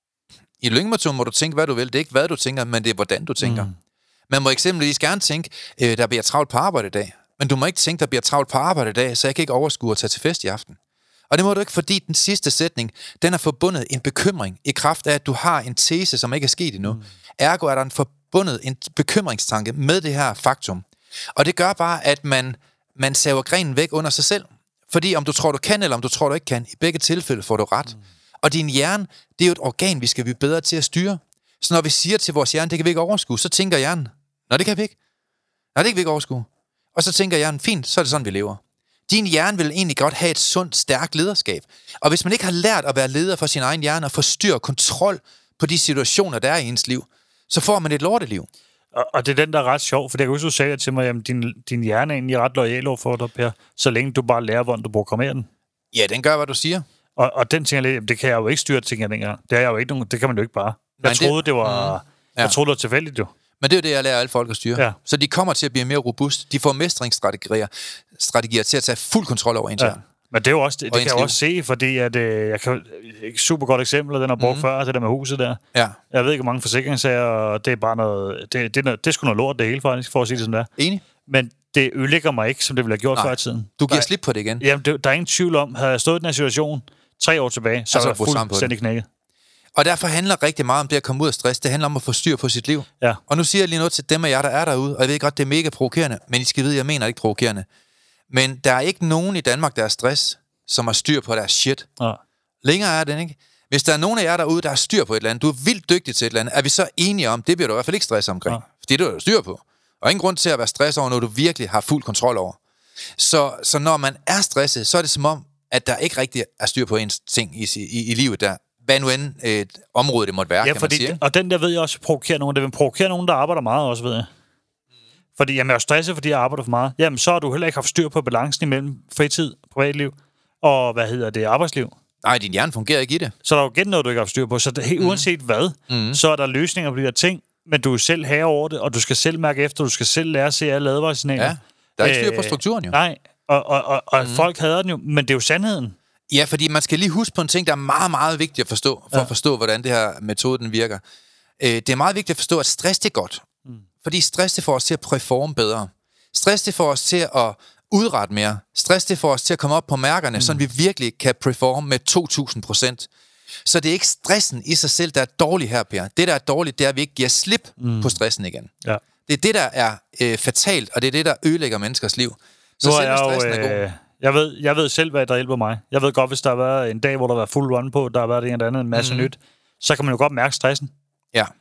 I lyngemetoden må du tænke, hvad du vil. Det er ikke, hvad du tænker, men det er, hvordan du tænker. Mm. Man må eksempelvis gerne tænke, øh, der bliver travlt på arbejde i dag. Men du må ikke tænke, der bliver travlt på arbejde i dag, så jeg kan ikke overskue at tage til fest i aften. Og det må du ikke, fordi den sidste sætning, den er forbundet en bekymring i kraft af, at du har en tese, som ikke er sket endnu. Mm. Ergo er der en forbundet en bekymringstanke med det her faktum. Og det gør bare, at man, man saver grenen væk under sig selv. Fordi om du tror, du kan, eller om du tror, du ikke kan, i begge tilfælde får du ret. Mm. Og din hjerne, det er jo et organ, vi skal blive bedre til at styre. Så når vi siger til vores hjerne, det kan vi ikke overskue, så tænker hjernen, nå, det kan vi ikke. Nej, det kan vi ikke overskue. Og så tænker hjernen, fint, så er det sådan, vi lever. Din hjerne vil egentlig godt have et sundt, stærkt lederskab. Og hvis man ikke har lært at være leder for sin egen hjerne og få styr og kontrol på de situationer, der er i ens liv, så får man et lorteliv. Og, og det er den, der er ret sjov, for jeg kan huske, du sagde til mig, at din, din hjerne er egentlig ret loyal over for dig, Per, så længe du bare lærer, hvordan du programmerer den. Ja, den gør, hvad du siger. Og, og den ting, det kan jeg jo ikke styre, tænker jeg dengang. Det er jeg jo ikke nogen, det kan man jo ikke bare. Jeg Men troede, det, det var, mm, ja. jeg troede, det var tilfældigt jo. Men det er jo det, jeg lærer alle folk at styre. Ja. Så de kommer til at blive mere robust. De får mestringsstrategier strategier til at tage fuld kontrol over ens hjerne. Ja. Men det er jo også, det, det kan jeg også se, fordi at, øh, jeg kan et super godt eksempel, den har brugt mm. før, det der med huset der. Ja. Jeg ved ikke, hvor mange forsikringssager, og det er bare noget, det, det, det er sgu noget lort det hele faktisk, for at sige det sådan der. Enig. Men det ødelægger mig ikke, som det ville have gjort Nej. før i tiden. Du giver der, slip på det igen. Jamen, det, der er ingen tvivl om, havde jeg stået i den her situation tre år tilbage, så, så var jeg fuldstændig knækket. Og derfor handler rigtig meget om det at komme ud af stress. Det handler om at få styr på sit liv. Ja. Og nu siger jeg lige noget til dem af jer, der er derude, og jeg ved godt, det er mega provokerende, men I skal vide, jeg mener ikke provokerende. Men der er ikke nogen i Danmark, der er stress, som har styr på deres shit. Ja. Længere er det ikke. Hvis der er nogen af jer derude, der har styr på et eller andet, du er vildt dygtig til et eller andet, er vi så enige om, det bliver du i hvert fald ikke stress omkring. Ja. Fordi det er du styr på. Og ingen grund til at være stress over noget, du virkelig har fuld kontrol over. Så, så når man er stresset, så er det som om, at der ikke rigtig er styr på ens ting i, i, i livet der. Hvad nu end et område, det måtte være, ja, kan fordi, man sige. Og den der ved jeg også provokerer nogen. Det vil provokere nogen, der arbejder meget også, ved jeg. Mm. Fordi jamen, jeg er stresset, fordi jeg arbejder for meget. Jamen, så har du heller ikke haft styr på balancen imellem fritid, privatliv og, hvad hedder det, arbejdsliv. Nej, din hjerne fungerer ikke i det. Så der er jo igen noget, du ikke har haft styr på. Så det, helt, mm. uanset hvad, mm. så er der løsninger på de der ting, men du er selv herre over det, og du skal selv mærke efter, du skal selv lære at se alle advarselssignaler. Ja, der er ikke styr på strukturen jo. Nej, og, og, og, og mm. folk hader den jo, men det er jo sandheden. Ja, fordi man skal lige huske på en ting, der er meget, meget vigtigt at forstå, for ja. at forstå, hvordan det her metode den virker. Det er meget vigtigt at forstå, at stress det er godt. Mm. Fordi stress det får os til at performe bedre. Stress det får os til at udrette mere. Stress det får os til at komme op på mærkerne, mm. så vi virkelig kan performe med to tusind procent. Så det er ikke stressen i sig selv, der er dårligt her, Per. Det, der er dårligt, det er, at vi ikke giver slip mm. på stressen igen. Ja. Det er det, der er øh, fatalt, og det er det, der ødelægger menneskers liv. Så selve stressen er god. Jeg ved, jeg ved selv, hvad der hjælper mig. Jeg ved godt, hvis der har været en dag, hvor der har været fuld run på, der har været en eller andet, en masse mm. nyt, så kan man jo godt mærke stressen. Ja.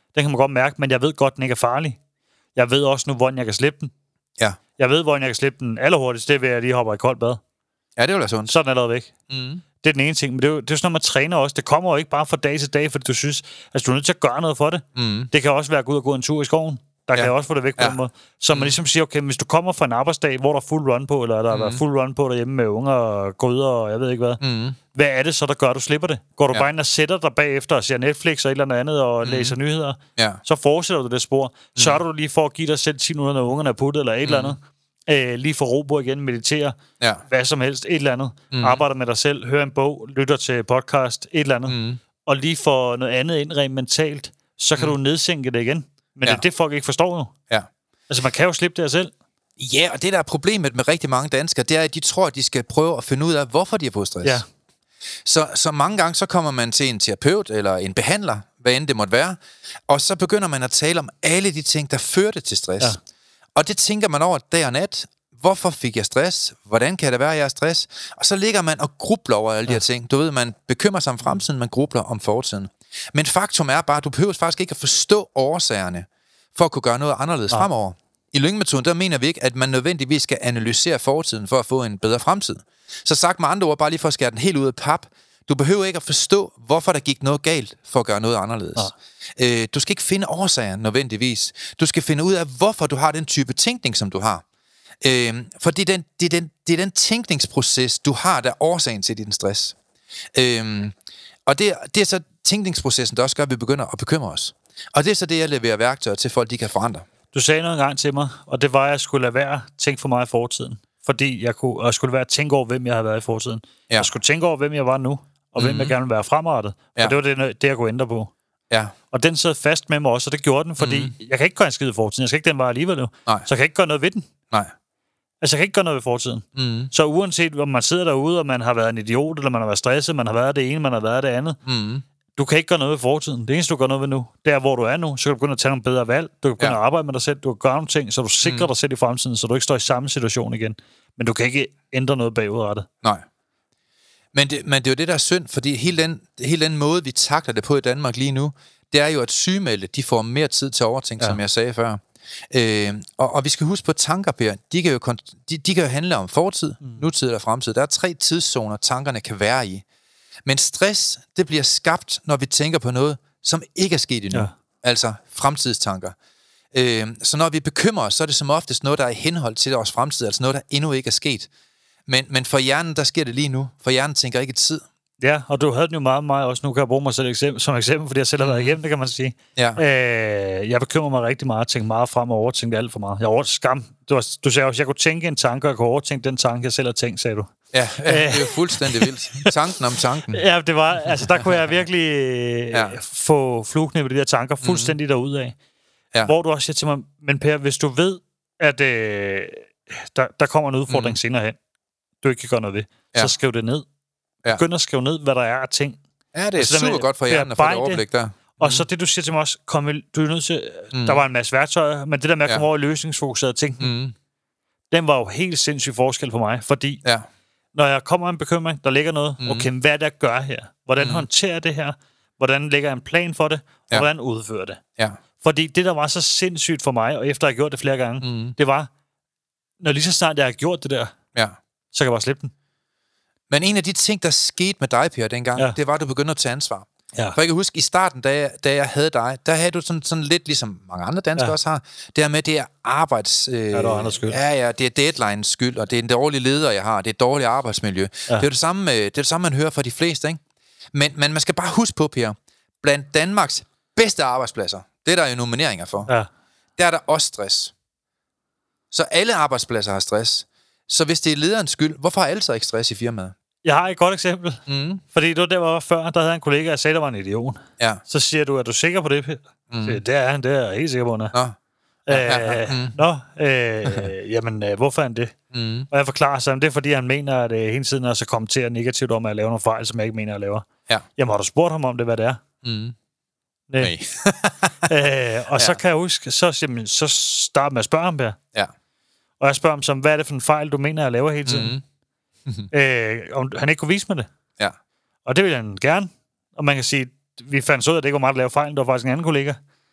Den kan man godt mærke, men jeg ved godt, den ikke er farlig. Jeg ved også nu, hvordan jeg kan slippe den. Ja. Jeg ved, hvordan jeg kan slippe den allerhurtigst. Det er ved, at jeg lige hopper i koldt bad. Ja, det vil være sundt. Så er den allerede væk. Mm. Det er den ene ting. Men det er jo, det er sådan noget, man træner også. Det kommer jo ikke bare fra dag til dag, fordi du synes, altså du er nødt til at gøre noget for det. Mm. Det kan også være at gå ud og gå en tur i skoven. Der kan ja. jeg også få det væk på ja. den måde. Så man ligesom siger, okay, hvis du kommer fra en arbejdsdag, hvor der er fuld run på, eller der mm. er fuld run på derhjemme med unger og gryder og jeg ved ikke hvad. Mm. Hvad er det så, der gør, at du slipper det? Går du ja. bare ind og sætter dig bagefter og ser Netflix og et eller andet og mm. læser nyheder, ja. så fortsætter du det spor. Mm. Så er du lige for at give dig selv ti minutter, når ungerne er puttet eller et mm. eller andet. Æh, lige få ro på igen, meditere, ja. hvad som helst, et eller andet. Mm. Arbejder med dig selv, hører en bog, lytter til podcast, et eller andet. Mm. Og lige få noget andet ind rent mentalt, så kan mm. du nedsænke det igen. Men ja. det er det, folk ikke forstår jo. Ja. Altså, man kan jo slippe det af selv. Ja, og det der er problemet med rigtig mange danskere, det er, at de tror, at de skal prøve at finde ud af, hvorfor de har fået stress. Ja. Så, så mange gange, så kommer man til en terapeut eller en behandler, hvad end det måtte være, og så begynder man at tale om alle de ting, der førte til stress. Ja. Og det tænker man over dag og nat. Hvorfor fik jeg stress? Hvordan kan det være, at jeg er stress? Og så ligger man og grubler over alle ja. de her ting. Du ved, man bekymrer sig om fremtiden, man grubler om fortiden. Men faktum er bare, at du behøver faktisk ikke at forstå årsagerne, for at kunne gøre noget anderledes ja. fremover. I Lyngge-metoden, der mener vi ikke, at man nødvendigvis skal analysere fortiden for at få en bedre fremtid. Så sagt med andre ord, bare lige for at skære den helt ud af pap, du behøver ikke at forstå, hvorfor der gik noget galt, for at gøre noget anderledes. Ja. Øh, du skal ikke finde årsager nødvendigvis. Du skal finde ud af, hvorfor du har den type tænkning, som du har. Øh, for det er, den, det, er den, det er den tænkningsproces, du har, der er årsagen til din stress. Øh, og det, det er så tænkningsprocessen, der også gør, at vi begynder at bekymre os. Og det er så det, jeg leverer værktøjer til folk, de kan forandre. Du sagde noget engang til mig, og det var, at jeg skulle lade være at tænke for meget i fortiden. Fordi jeg kunne, og jeg skulle lade være at tænke over, hvem jeg havde været i fortiden. Ja. Jeg skulle tænke over, hvem jeg var nu, og mm-hmm. hvem jeg gerne ville være fremadrettet. Ja. Og det var det, det, jeg kunne ændre på. Ja. Og den sad fast med mig også, og det gjorde den, fordi mm-hmm. jeg kan ikke gøre en skid i fortiden. Jeg skal ikke den var alligevel jo. Så jeg kan ikke gøre noget ved den. Nej. Altså, jeg kan ikke gøre noget ved fortiden. Mm. Så uanset om man sidder derude, og man har været en idiot, eller man har været stresset, man har været det ene, man har været det andet. Mm. Du kan ikke gøre noget ved fortiden. Det eneste, du gør noget ved nu, det er, hvor du er nu. Så kan du begynde at tage nogle bedre valg. Du kan begynde ja. at arbejde med dig selv. Du kan gøre nogle ting, så du sikrer mm. dig selv i fremtiden, så du ikke står i samme situation igen. Men du kan ikke ændre noget bagudrettet. Nej. Men det, men det er jo det, der er synd, fordi hele den, hele den måde, vi takler det på i Danmark lige nu, det er jo, at sygemeldte, de får mere tid til overtænk, ja. som jeg sagde før. Øh, og, og vi skal huske på tanker, Per. De kan jo, de, de kan jo handle om fortid, mm. nutid eller fremtid. Der er tre tidszoner, tankerne kan være i. Men stress, det bliver skabt, når vi tænker på noget, som ikke er sket endnu. Ja. Altså fremtidstanker. Øh, så når vi bekymrer os, så er det som oftest noget, der er i henhold til vores fremtid, altså noget, der endnu ikke er sket. Men, men for hjernen, der sker det lige nu. For hjernen tænker ikke tid. Ja, og du havde den jo meget med mig også. Nu kan jeg bruge mig selv eksempel, som eksempel, fordi jeg selv har været igennem, det kan man sige. Ja. Øh, jeg bekymrer mig rigtig meget, tænker meget frem og overtænker alt for meget. Jeg over skam. Du, var, du sagde også, at jeg kunne tænke en tanke, og jeg kunne overtænke den tanke, jeg selv har tænkt, sagde du. Ja, ja det er jo fuldstændig vildt. Tanken om tanken. Ja, det var, altså der kunne jeg virkelig ja. få flugtende med de der tanker fuldstændig mm. derudad. Ja. Hvor du også siger til mig, men Per, hvis du ved, at øh, der, der kommer en udfordring mm. senere hen, du ikke kan gøre noget ved, ja. så skriv det ned. Ja. Begynd at skrive ned, hvad der er af ting. Ja, det er altså, super godt for hjernen at få et overblik der. Mm. Og så det, du siger til mig også, kom, du er nødt til, mm. der var en masse værktøjer, men det der med at komme ja. over i løsningsfokuseret ting, mm. den var jo helt sindssygt forskel for mig, fordi ja. når jeg kommer med en bekymring, der ligger noget, mm. okay, hvad er det, jeg gør her? Hvordan mm. håndterer jeg det her? Hvordan lægger jeg en plan for det? Og ja. hvordan udfører det? Ja. Fordi det, der var så sindssygt for mig, og efter jeg har gjort det flere gange, mm. det var, når lige så snart jeg har gjort det der, ja. så kan jeg bare slippe den. Men en af de ting, der skete med dig, Per, dengang, ja. det var, at du begyndte at tage ansvar. Ja. For jeg kan huske, i starten, da jeg, da jeg havde dig, der havde du sådan, sådan lidt, ligesom mange andre danskere ja. også har, det her med, det er arbejds... Øh, ja, det er andres skyld. Ja, ja, det er deadlines skyld, og det er en dårlig leder, jeg har, det er et dårligt arbejdsmiljø. Ja. Det er det samme, det er det samme, man hører fra de fleste, ikke? Men, men man skal bare huske på, Per, blandt Danmarks bedste arbejdspladser, det er der jo nomineringer for, ja. der er der også stress. Så alle arbejdspladser har stress. Så hvis det er lederens skyld, hvorfor har alle så ikke stress i firmaet? Jeg har et godt eksempel. Mm. Fordi det var der, var før, der havde en kollega, der sagde, der var en idiot. Ja. Så siger du, er du sikker på det, Per? Mm. Så, det er han, det er jeg helt sikker på, han er. Nå, ja, øh, mm. Nå øh, jamen, øh, hvorfor er han det? Mm. Og jeg forklarer så, det er, fordi han mener, at øh, hele tiden er så kommenterer negativt om, at jeg laver nogle fejl, som jeg ikke mener, at jeg laver. Ja. Jamen, har du spurgt ham om det, hvad det er? Mm. Nej. øh, og ja. så kan jeg huske, så, jamen, så start med at spørge ham, Per. Ja. Og jeg spørger ham som, hvad er det for en fejl, du mener, jeg laver hele tiden? Mm. øh, om han ikke kunne vise mig det. Ja. Og det vil han gerne. Og man kan sige, vi fandt så ud af, at det ikke var mig, der lavede fejl. Det var faktisk en anden kollega.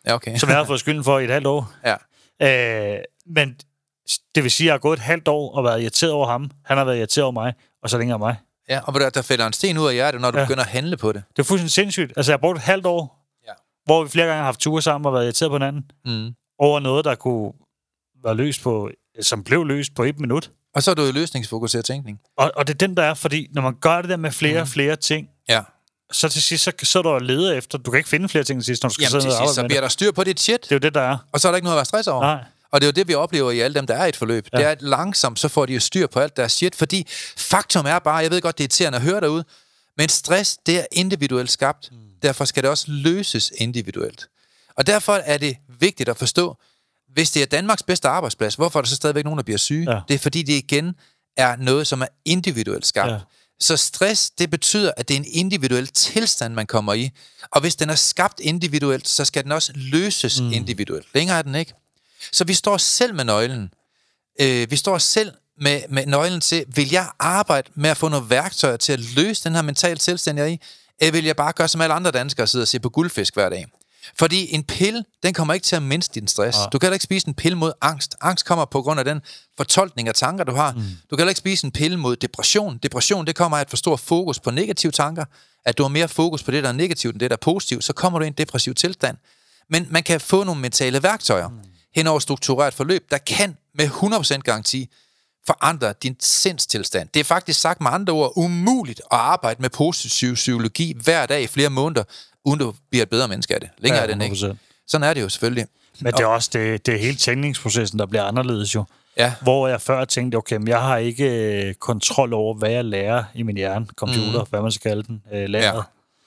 Ja, okay. som jeg har fået skylden for i et halvt år. Ja. Øh, men det vil sige, at jeg har gået et halvt år og været irriteret over ham. Han har været irriteret over mig, og så længere mig. Ja, og der, der falder en sten ud af hjertet, når du ja. begynder at handle på det. Det er fuldstændig sindssygt. Altså, jeg har brugt et halvt år, ja. hvor vi flere gange har haft ture sammen og været irriteret på hinanden, mm. over noget, der kunne være løst på, som blev løst på et minut. Og så er du jo løsningsfokuseret tænkning. Og, og det er den, der er, fordi når man gør det der med flere og mm. flere ting, ja. så til sidst, så, så er du leder efter. Du kan ikke finde flere ting til sidst, når du skal Jamen, sidde og arbejde så bliver der styr på dit shit. Det er jo det, der er. Og så er der ikke noget at være stress over. Nej. Og det er jo det, vi oplever i alle dem, der er i et forløb. Ja. Det er, at langsomt, så får de jo styr på alt deres shit, fordi faktum er bare, jeg ved godt, det er irriterende at høre derude, men stress, det er individuelt skabt. Mm. Derfor skal det også løses individuelt. Og derfor er det vigtigt at forstå, hvis det er Danmarks bedste arbejdsplads, hvorfor er der så stadigvæk nogen, der bliver syge? Ja. Det er fordi, det igen er noget, som er individuelt skabt. Ja. Så stress, det betyder, at det er en individuel tilstand, man kommer i. Og hvis den er skabt individuelt, så skal den også løses mm. individuelt. Længere er den ikke. Så vi står selv med nøglen. Øh, vi står selv med, med nøglen til, vil jeg arbejde med at få nogle værktøjer til at løse den her mentale tilstand, jeg er i? Eller vil jeg bare gøre som alle andre danskere, sidde og se på guldfisk hver dag? Fordi en pille, den kommer ikke til at mindske din stress. Ja. Du kan heller ikke spise en pille mod angst. Angst kommer på grund af den fortolkning af tanker, du har. Mm. Du kan heller ikke spise en pille mod depression. Depression, det kommer af et for stort fokus på negative tanker. At du har mere fokus på det, der er negativt, end det, der er positivt. Så kommer du i en depressiv tilstand. Men man kan få nogle mentale værktøjer mm. hen over struktureret forløb, der kan med hundrede procent garanti forandre din sindstilstand. Det er faktisk sagt med andre ord umuligt at arbejde med positiv psykologi hver dag i flere måneder, uden du bliver et bedre menneske af det. Længere ja, er det ikke. Sådan er det jo selvfølgelig. Men det er også det, det er hele tænkningsprocessen, der bliver anderledes jo. Ja. Hvor jeg før tænkte, okay, men jeg har ikke kontrol over, hvad jeg lærer i min hjerne, computer, mm. hvad man skal kalde den, øh, læret.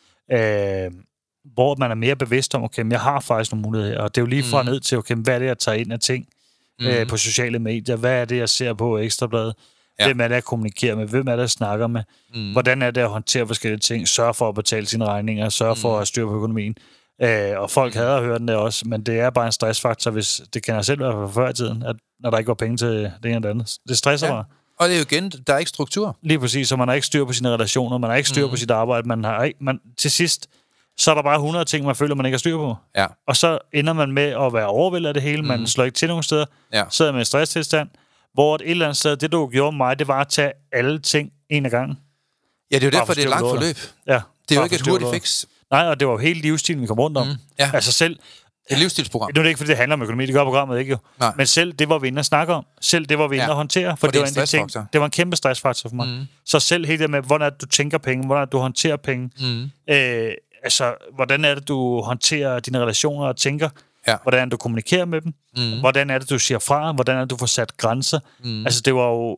Ja. Øh, hvor man er mere bevidst om, okay, men jeg har faktisk nogle muligheder, og det er jo lige fra mm. ned til, okay, hvad er det, jeg tager ind af ting mm. øh, på sociale medier, hvad er det, jeg ser på Ekstrabladet, ja. Hvem er det, jeg kommunikerer med, hvem er det, jeg snakker med, mm. hvordan er det at håndtere forskellige ting, sørge for at betale sine regninger, sørge for mm. at styre på økonomien. Øh, og folk mm. hader at høre den der også, men det er bare en stressfaktor, hvis det kan jeg selv være fra før i tiden, at når der ikke var penge til det ene eller andet. Det stresser ja. mig. Og det er jo igen, der er ikke struktur. Lige præcis, så man har ikke styr på sine relationer, man har ikke styr mm. på sit arbejde, man har ikke, man, til sidst, så er der bare hundrede ting, man føler, man ikke har styr på. Ja. Og så ender man med at være overvældet af det hele, mm. man slår ikke til nogen steder, ja. sidder med en stresstilstand, hvor et eller andet sted, det du gjorde med mig, det var at tage alle ting en af gangen. Ja, det er jo derfor, det er et langt forløb. Ja, det er jo ikke et hurtigt fix. Nej, og det var jo hele livsstilen, vi kom rundt om. Mm. Ja. Altså selv... Et livsstilsprogram. Det er ikke, fordi det handler om økonomi, det gør programmet ikke jo. Nej. Men selv det var vi inde at snakke om. Selv det var vi inde ja. at håndtere. For, for det, det, var en ting, det var en kæmpe stressfaktor for mig. Mm. Så selv helt det med, hvordan er det, du tænker penge, hvordan er det, du håndterer penge. Mm. Øh, altså, hvordan er det, du håndterer dine relationer og tænker. Ja. Hvordan du kommunikerer med dem. Mm. Hvordan er det, du siger fra. Hvordan er det, du får sat grænser. Mm. Altså, det var jo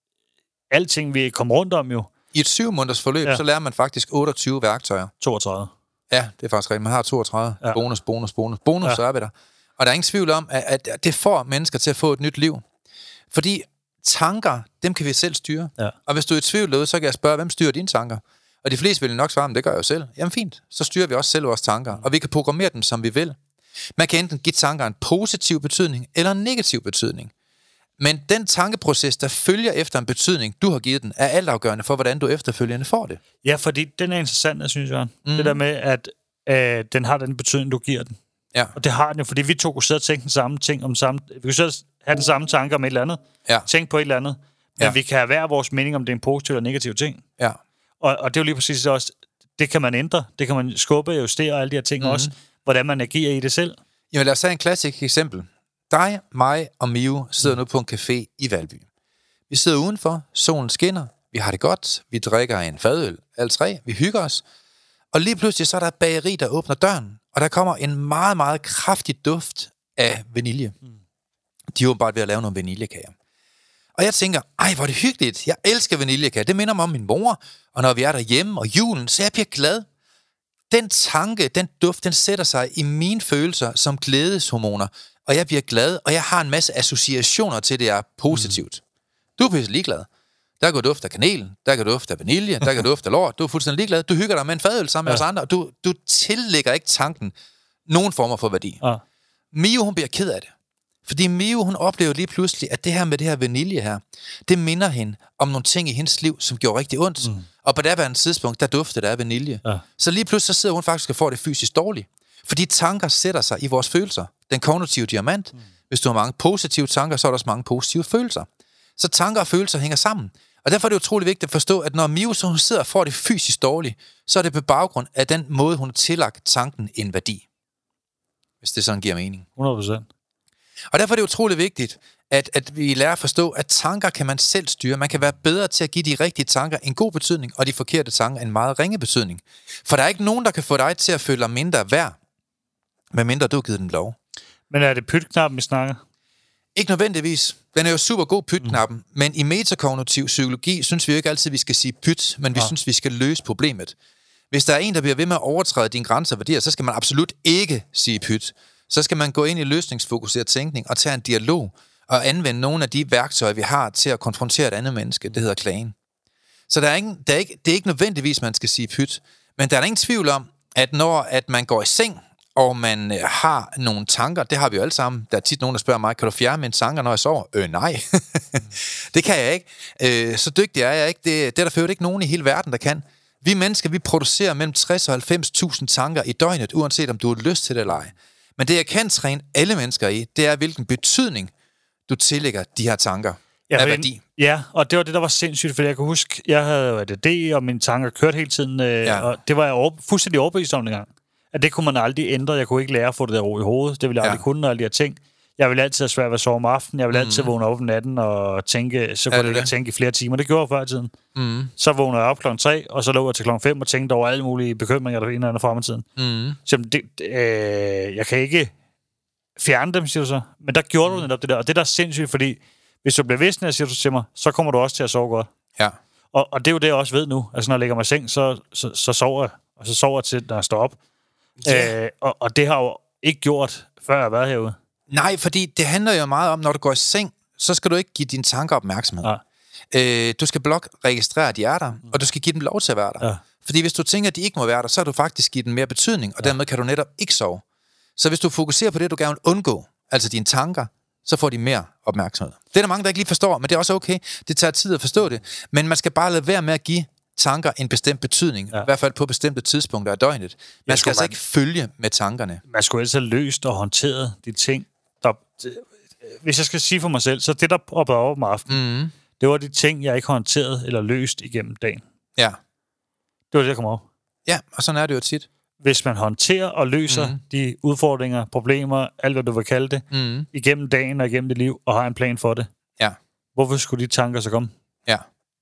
alting, vi kom rundt om jo. I et syv måneders forløb, ja. så lærer man faktisk otteogtyve værktøjer. toogtredive. Ja, det er faktisk rigtigt. Man har toogtredive. Ja. Bonus, bonus, bonus. Bonus, ja. så er vi der. Og der er ingen tvivl om, at, at det får mennesker til at få et nyt liv. Fordi tanker, dem kan vi selv styre. Ja. Og hvis du er i tvivl derude, så kan jeg spørge, hvem styrer dine tanker? Og de fleste vil nok svare, det gør jeg jo selv. Jamen fint, så styrer vi også selv vores tanker. Og vi kan programmere dem, som vi vil. Man kan enten give tanker en positiv betydning, eller en negativ betydning. Men den tankeproces, der følger efter en betydning, du har givet den, er altafgørende for, hvordan du efterfølgende får det. Ja, fordi den er interessant, jeg synes, Jørgen. Mm. Det der med, at øh, den har den betydning, du giver den. Ja. Og det har den jo, fordi vi to kunne sidde og tænke den samme ting om samme... Vi kunne sidde have den samme tanke om et eller andet. Ja. Tænke på et eller andet. Men ja. vi kan have hver vores mening om, det er en positiv eller negativ ting. Ja. Og, og det er jo lige præcis også... Det kan man ændre. Det kan man skubbe, justere og alle de her ting mm. også. Hvordan man agerer i det selv. Jamen lad os tage en klassisk eksempel. Dig, mig og Mio sidder nu på en café i Valby. Vi sidder udenfor, solen skinner, vi har det godt, vi drikker en fadøl, alle tre, vi hygger os. Og lige pludselig så er der et bageri, der åbner døren, og der kommer en meget, meget kraftig duft af vanilje. De er åbenbart ved at lave nogle vaniljekager. Og jeg tænker, ej, hvor er det hyggeligt, jeg elsker vaniljekager, det minder mig om min mor, og når vi er derhjemme og julen, så jeg bliver glad. Den tanke, den duft, den sætter sig i mine følelser som glædeshormoner, og jeg bliver glad, og jeg har en masse associationer til, det er positivt. Mm. Du er pludselig ligeglad. Der kan duft af kanel, der kan duft af vanilje, der kan duft af lort. Du er fuldstændig ligeglad. Du hygger dig med en fadøl sammen med ja. os andre, og du, du tillægger ikke tanken nogen former for værdi. Ja. Mio, hun bliver ked af det. Fordi Mio, hun oplever lige pludselig, at det her med det her vanilje her, det minder hende om nogle ting i hendes liv, som gjorde rigtig ondt. Mm. Og på det her tidspunkt, der duftede der af vanilje. Ja. Så lige pludselig så sidder hun faktisk og får det fysisk dårligt. Fordi tanker sætter sig i vores følelser. Den kognitive diamant. Mm. Hvis du har mange positive tanker, så er der også mange positive følelser. Så tanker og følelser hænger sammen. Og derfor er det utrolig vigtigt at forstå, at når Mio så hun sidder og får det fysisk dårligt, så er det på baggrund af den måde, hun har tillagt tanken en værdi. Hvis det sådan giver mening. hundrede procent. Og derfor er det utrolig vigtigt, at, at vi lærer at forstå, at tanker kan man selv styre. Man kan være bedre til at give de rigtige tanker en god betydning, og de forkerte tanker en meget ringe betydning. For der er ikke nogen, der kan få dig til at føle dig mindre værd, medmindre du har givet den lov. Men er det pytknappen, vi snakker? Ikke nødvendigvis. Den er jo super god, pytknappen, mm. men i metakognitiv psykologi synes vi jo ikke altid, vi skal sige pyt, men vi ja. synes, vi skal løse problemet. Hvis der er en, der bliver ved med at overtræde dine grænser og værdier, så skal man absolut ikke sige pyt. Så skal man gå ind i løsningsfokuseret tænkning og tage en dialog og anvende nogle af de værktøjer, vi har til at konfrontere et andet menneske. Det hedder klagen. Så der er ingen, der er ikke, det er ikke nødvendigvis, man skal sige pyt, men der er ingen tvivl om, at når at man går i seng, og man øh, har nogle tanker, det har vi jo alle sammen. Der er tit nogen, der spørger mig, kan du fjerne mine tanker, når jeg sover? Øh, nej. Det kan jeg ikke. Øh, så dygtig er jeg ikke. Det, det er der for ikke nogen i hele verden, der kan. Vi mennesker, vi producerer mellem tres og halvfems tusind tanker i døgnet, uanset om du har lyst til det eller ej. Men det, jeg kan træne alle mennesker i, det er, hvilken betydning du tillægger de her tanker ja, af værdi. Ja, og det var det, der var sindssygt, for jeg kan huske, jeg havde A D D, og mine tanker kørte hele tiden, øh, ja. og det var jeg over, fuldstændig overbevist om dengang. At det kunne man aldrig ændre. Jeg kunne ikke lære at få det der ro i hovedet. Det ville jeg aldrig ja. kunne, og alle de her ting. Jeg ville altid have svært ved at sove om aftenen. Jeg ville altid mm. vågne op om natten og tænke, så kunne jeg ikke tænke i flere timer. Det gjorde jeg før i tiden. Mm. Så vågnede jeg op klokken tre, og så lå jeg til klokken fem og tænkte over alle mulige bekymringer, der var en eller anden frem i tiden. Mm. Så det, øh, jeg kan ikke fjerne dem, siger du så. Men der gjorde mm. du netop det der. Og det der er sindssygt, fordi hvis du bliver vidst, når jeg siger du til mig, så kommer du også til at sove godt. Ja. Og, og det er jo det, jeg også ved nu. Altså, når jeg lægger mig i seng, så, så, så sover jeg. Og så sover jeg til, når jeg står op. Yeah. Øh, og, og det har jo ikke gjort, før jeg har været herude. Nej, fordi det handler jo meget om, når du går i seng, så skal du ikke give dine tanker opmærksomhed. Ja. Øh, du skal blot registrere, at de er der, mm. og du skal give dem lov til at være der. Ja. Fordi hvis du tænker, at de ikke må være der, så har du faktisk givet dem mere betydning, og ja. dermed kan du netop ikke sove. Så hvis du fokuserer på det, du gerne vil undgå, altså dine tanker, så får de mere opmærksomhed. Det er der mange, der ikke lige forstår, men det er også okay. Det tager tid at forstå det. Men man skal bare lade være med at give tanker en bestemt betydning, ja. i hvert fald på bestemte tidspunkter af døgnet. Man jeg skal altså man, ikke følge med tankerne. Man skulle altså have løst og håndteret de ting, der... Hvis jeg skal sige for mig selv, så det, der poppede op om aftenen, mm. det var de ting, jeg ikke håndteret eller løst igennem dagen. Ja. Det var det, der kom op. Ja, og sådan er det jo tit. Hvis man håndterer og løser mm. de udfordringer, problemer, alt hvad du vil kalde det, mm. igennem dagen og igennem dit liv, og har en plan for det, ja. hvorfor skulle de tanker så komme? Ja.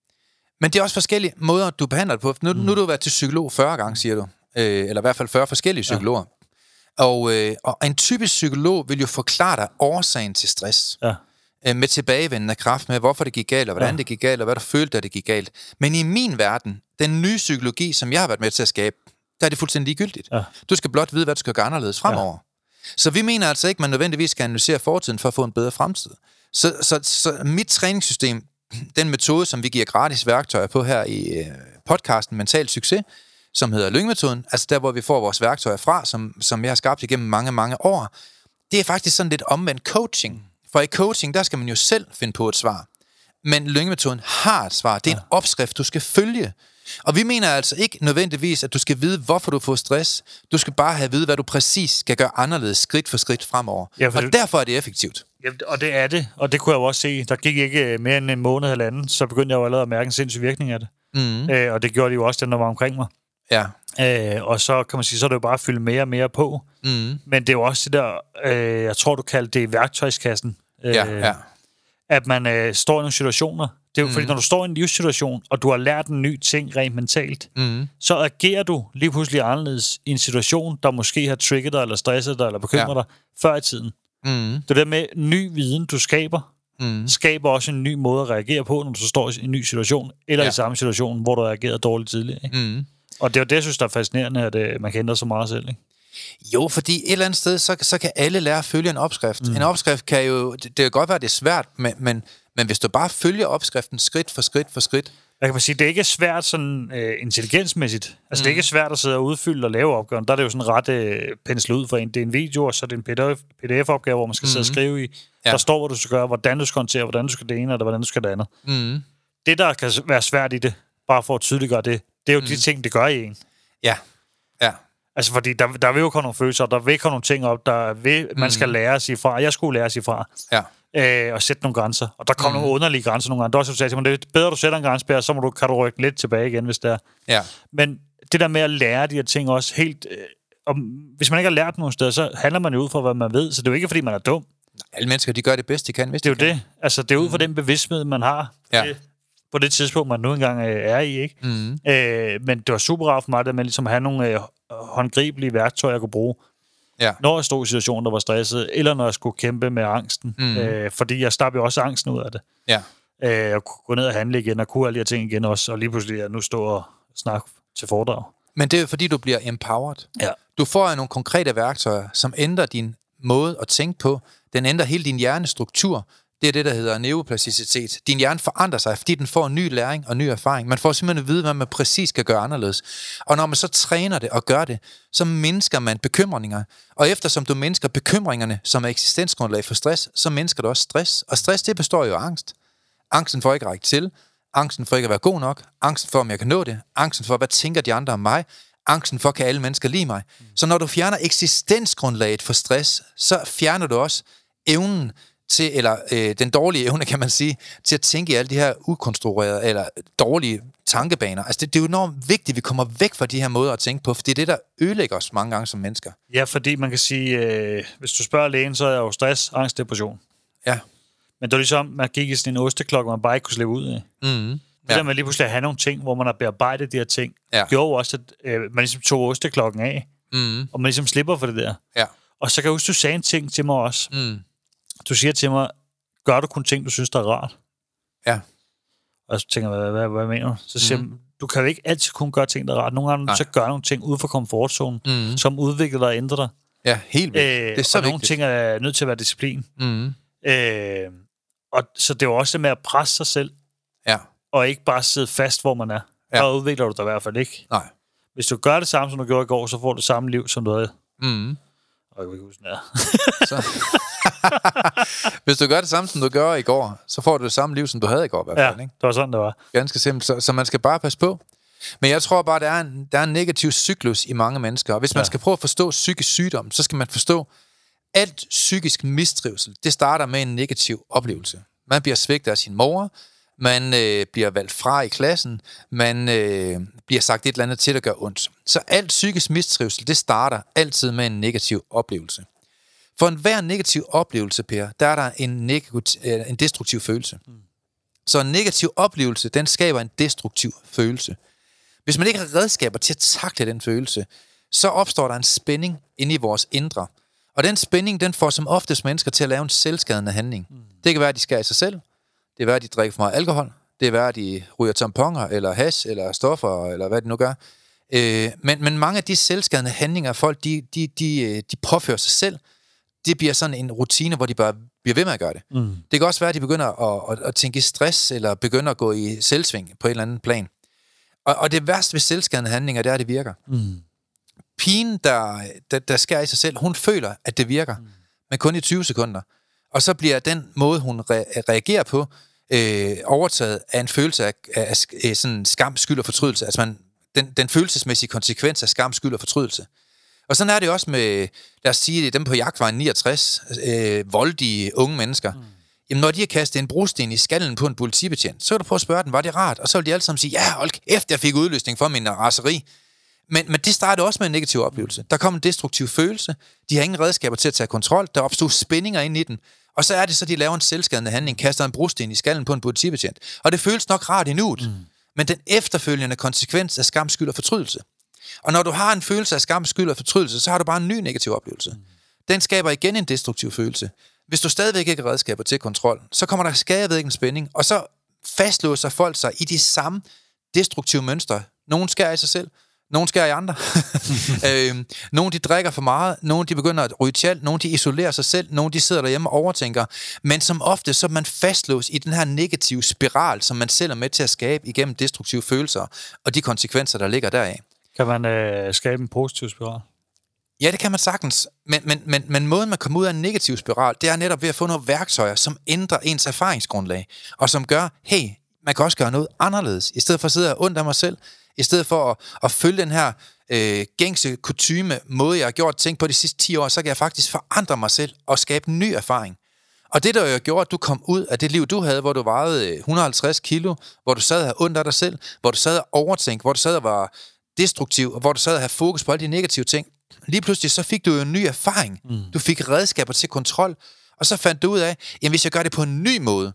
Men det er også forskellige måder, du behandler det på. Nu, mm. nu har du været til psykolog fyrre gange, siger du. Øh, eller i hvert fald fyrre forskellige psykologer. Ja. Og, øh, og en typisk psykolog vil jo forklare dig årsagen til stress. Ja. Øh, med tilbagevendende kraft med, hvorfor det gik galt, og hvordan ja. det gik galt, og hvad du følte, da det gik galt. Men i min verden, den nye psykologi, som jeg har været med til at skabe, der er det fuldstændig ligegyldigt. Ja. Du skal blot vide, hvad du skal gøre anderledes fremover. Ja. Så vi mener altså ikke, at man nødvendigvis skal analysere fortiden for at få en bedre fremtid. Så, så, så mit træningssystem, den metode, som vi giver gratis værktøjer på her i podcasten Mental Succes, som hedder Lyng-metoden, altså der, hvor vi får vores værktøjer fra, som, som jeg har skabt igennem mange, mange år, det er faktisk sådan lidt omvendt coaching. For i coaching, der skal man jo selv finde på et svar. Men Lyng-metoden har et svar. Det er en opskrift, du skal følge. Og vi mener altså ikke nødvendigvis, at du skal vide, hvorfor du får stress. Du skal bare have at vide, hvad du præcis skal gøre anderledes skridt for skridt fremover. Ja, for og du... derfor er det effektivt. Ja, og det er det. Og det kunne jeg jo også se. Der gik ikke mere end en måned eller anden, så begyndte jeg jo allerede at mærke en sindssyg virkning af det. Mm. Øh, og det gjorde de jo også, den der var omkring mig. Ja. Øh, og så kan man sige, så er det jo bare at fylde mere og mere på. Mm. Men det er jo også det der, øh, jeg tror, du kaldte det værktøjskassen. Øh, ja, ja. At man øh, står i nogle situationer. Det er jo mm. fordi, når du står i en livssituation, og du har lært en ny ting rent mentalt, mm. så agerer du lige pludselig anderledes i en situation, der måske har trigget dig, eller stresset dig, eller bekymret ja. dig, før i tiden. Mm. Det der med ny viden, du skaber, mm. skaber også en ny måde at reagere på, når du så står i en ny situation, eller ja. i samme situation, hvor du har reageret dårligt tidligere. Ikke? Mm. Og det er jo det, jeg synes, der er fascinerende, at uh, man kan ændre så meget selv, ikke? Jo, fordi et eller andet sted, så, så kan alle lære at følge en opskrift. Mm. En opskrift kan jo, det, det kan godt være, det er svært, men, men, men hvis du bare følger opskriften skridt for skridt for skridt. Jeg kan sige, det er ikke svært sådan uh, intelligensmæssigt. Altså, mm. det er ikke svært at sidde og udfylde og lave opgaven. Der er det jo sådan ret uh, penslet ud for en. Det er en video, og så er det en P D F-opgave, hvor man skal mm. sidde og skrive i. Ja. Der står, hvad du skal gøre, hvordan du skal håndtere, hvordan du skal det ene, eller hvordan du skal det andet. Mm. Det, der kan være svært i det, bare for at tydeliggøre det, det er jo mm. de ting, det gør i en. Ja, ja. Altså, fordi der, der vil jo komme nogle følelser, der vil komme nogle ting op, der vil, man skal lære at sige fra. Jeg skulle lære at sige fra. Ja. Øh, og sætte nogle grænser. Og der kommer mm. nogle underlige grænser nogle gange. Der er også, du sagde til mig, det er bedre, du sætter en grænse, så må du, kan du rykke lidt tilbage igen, hvis det er. Ja. Men det der med at lære de her ting også helt... Øh, om, hvis man ikke har lært nogen steder, så handler man jo ud fra, hvad man ved. Så det er jo ikke, fordi man er dum. Alle mennesker, de gør det bedst, de kan, hvis det er de jo kan. det. Altså, det er ud fra mm. den bevidsthed, man har. Ja. Det, på det tidspunkt, man nu engang øh, er i, ikke? Mm. Øh, men det var super rart for mig, at man ligesom have nogle øh, håndgribelige værktøjer, jeg kunne bruge. Ja. Når jeg stod i situationen, der var stresset, eller når jeg skulle kæmpe med angsten. Mm. Øh, fordi jeg stabte jo også angsten ud af det. Ja. Øh, jeg kunne gå ned og handle igen, og kunne alle de her ting igen også, og lige pludselig at nu stå og snakke til foredrag. Men det er jo fordi, du bliver empowered. Ja. Du får jo nogle konkrete værktøjer, som ændrer din måde at tænke på. Den ændrer hele din hjernestruktur. Det er det, der hedder neuroplasticitet. Din hjerne forandrer sig, fordi den får ny læring og ny erfaring. Man får simpelthen at vide, hvad man præcis skal gøre anderledes. Og når man så træner det og gør det, så mindsker man bekymringer. Og eftersom du mindsker bekymringerne, som er eksistensgrundlag for stress, så mindsker du også stress. Og stress, det består jo af angst. Angsten for ikke at række til. Angsten for ikke at være god nok. Angsten for, om jeg kan nå det. Angsten for, hvad tænker de andre om mig. Angsten for, kan alle mennesker lide mig. Så når du fjerner eksistensgrundlaget for stress, så fjerner du også evnen til, eller øh, den dårlige evne, kan man sige, til at tænke i alle de her ukonstruerede, eller dårlige tankebaner. Altså, det, det er jo enormt vigtigt, at vi kommer væk fra de her måder at tænke på, for det er det, der ødelægger os mange gange som mennesker. Ja, fordi man kan sige, øh, hvis du spørger lægen, så er jeg jo stress, angst, depression. Ja. Men det er ligesom, man gik i sådan en osteklokke, man bare ikke kunne slippe ud af. Mm-hmm. Det ja. Der med lige pludselig at have nogle ting, hvor man har bearbejdet de her ting, ja. Gjorde også, at øh, man ligesom tog osteklokken af, mm-hmm. og man ligesom slipper for det der. Ja. Og så kan jeg huske, du sagde en ting til mig også. Mm. Du siger til mig, gør du kun ting, du synes, der er rart? Ja. Og så tænker jeg, hvad, hvad, hvad mener du? Så siger mm. jeg, du kan jo ikke altid kun gøre ting, der er rart. Nogle gange Nej. Så gør nogle ting ude for komfortzonen, mm. som udvikler dig og ændrer dig. Ja, helt vildt. Øh, det er så og vigtigt. nogle ting er nødt til at være disciplin. Mm. Øh, og så det er jo også det med at presse sig selv, ja. Og ikke bare sidde fast, hvor man er. Ja. Der udvikler du dig i hvert fald ikke. Nej. Hvis du gør det samme, som du gjorde i går, så får du det samme liv, som du havde. Mm. Og jeg kan ikke huske, så. Hvis du gør det samme, som du gør i går, så får du det samme liv, som du havde i går i hvert fald. Ja, ikke? det var sådan, det var. Ganske simpelt, så, så man skal bare passe på. Men jeg tror bare, der er en, der er en negativ cyklus i mange mennesker. Og hvis man ja. Skal prøve at forstå psykisk sygdom, så skal man forstå, alt psykisk mistrivsel, det starter med en negativ oplevelse. Man bliver svigtet af sin mor, man øh, bliver valgt fra i klassen, man øh, bliver sagt et eller andet til, der gør ondt. Så alt psykisk mistrivsel, det starter altid med en negativ oplevelse. For enhver negativ oplevelse, Per, der er der en, negativ, øh, en destruktiv følelse. Mm. Så en negativ oplevelse, den skaber en destruktiv følelse. Hvis man ikke har redskaber til at takle den følelse, så opstår der en spænding inde i vores indre. Og den spænding, den får som oftest mennesker til at lave en selvskadende handling. Mm. Det kan være, at de skærer i sig selv. Det kan være, at de drikker for meget alkohol. Det kan være, at de ryger tamponer, eller hash, eller stoffer, eller hvad de nu gør. Øh, men, men mange af de selvskadende handlinger, folk de, de, de, de påfører sig selv, det bliver sådan en rutine, hvor de bare bliver ved med at gøre det. Mm. Det kan også være, at de begynder at, at, at tænke i stress, eller begynder at gå i selvsving på en eller anden plan. Og, og det værste ved selvskadende handlinger, det er, at det virker. Mm. Pigen, der, der, der skærer i sig selv, hun føler, at det virker, mm. men kun i tyve sekunder. Og så bliver den måde, hun re- reagerer på, øh, overtaget af en følelse af, af, af sådan skam, skyld og fortrydelse. Altså man, den, den følelsesmæssige konsekvens af skam, skyld og fortrydelse. Og sådan er det også med, lad os sige, dem på jagtvejen niogtres, øh, voldige unge mennesker. Mm. Jamen, når de har kastet en brosten i skallen på en politibetjent, så kan du prøve at spørge den, var det rart? Og så vil de alle sammen sige, ja, hold kæft, jeg fik udløsning for min raseri. Men, men det startede også med en negativ oplevelse. Der kom en destruktiv følelse. De har ingen redskaber til at tage kontrol. Der opstod spændinger ind i den. Og så er det så, de laver en selvskadende handling, kaster en brosten i skallen på en politibetjent. Og det føles nok rart i nuet. Mm. Men den efterfølgende konsekvens er skam, skyld og fortrydelse. Og når du har en følelse af skam, skyld og fortrydelse, så har du bare en ny negativ oplevelse. Mm. Den skaber igen en destruktiv følelse. Hvis du stadigvæk ikke har redskaber til kontrol, så kommer der stadigvæk en spænding, og så fastlåser folk sig i de samme destruktive mønstre. Nogle skærer i sig selv, nogle skærer i andre. øhm, nogle de drikker for meget, nogle de begynder at ryge tjal, nogle de isolerer sig selv, nogle de sidder derhjemme og overtænker. Men som ofte, så er man fastlåst i den her negative spiral, som man selv er med til at skabe igennem destruktive følelser, og de konsekvenser, der ligger deraf. Kan man øh, skabe en positiv spiral? Ja, det kan man sagtens. Men, men, men, men måden, man kommer ud af en negativ spiral, det er netop ved at få nogle værktøjer, som ændrer ens erfaringsgrundlag, og som gør, hey, man kan også gøre noget anderledes, i stedet for at sidde og ondt af mig selv, i stedet for at, at følge den her øh, gængse, kutyme, måde, jeg har gjort ting på de sidste ti år, så kan jeg faktisk forandre mig selv og skabe en ny erfaring. Og det, der jo gjorde, at du kom ud af det liv, du havde, hvor du vejede et hundrede og halvtreds kilo, hvor du sad og havde ondt af dig selv, hvor du sad og overtænkte, hvor du sad og var destruktiv, og hvor du sad og havde fokus på alle de negative ting. Lige pludselig, så fik du jo en ny erfaring. Mm. Du fik redskaber til kontrol, og så fandt du ud af, at hvis jeg gør det på en ny måde,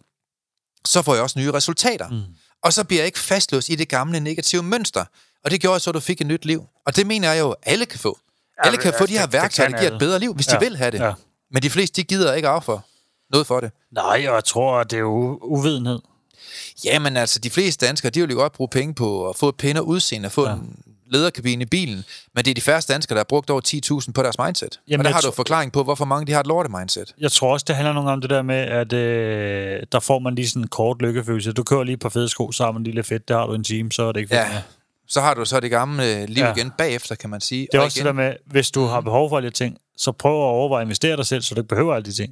så får jeg også nye resultater. Mm. Og så bliver jeg ikke fastlåst i det gamle negative mønster. Og det gjorde så, at du fik et nyt liv. Og det mener jeg jo, alle kan få. Alle kan få de her værktøjer, der giver et bedre liv, hvis ja. de vil have det. Ja. Men de fleste, de gider ikke af for noget for det. Nej, jeg tror, det er jo uvidenhed. Jamen altså, de fleste danskere, de vil jo godt bruge penge på at få et pænere udseende, at få ja. en lederkabine i bilen. Men det er de færreste danskere, der har brugt over ti tusind på deres mindset. Jamen, og der har du forklaring på, hvorfor mange de har et lorte-mindset. Jeg tror også, det handler nogle om det der med, at øh, der får man lige sådan en kort lykkefølelse. Du kører lige på fede sko sammen, lige lidt fedt, der har du en time, så er det ikke fedt. Ja, så har du så det gamle liv ja. igen bagefter, kan man sige. Det er og også igen. det der med, hvis du har behov for alle de ting, så prøv at overveje at investere dig selv, så du ikke behøver alle de ting.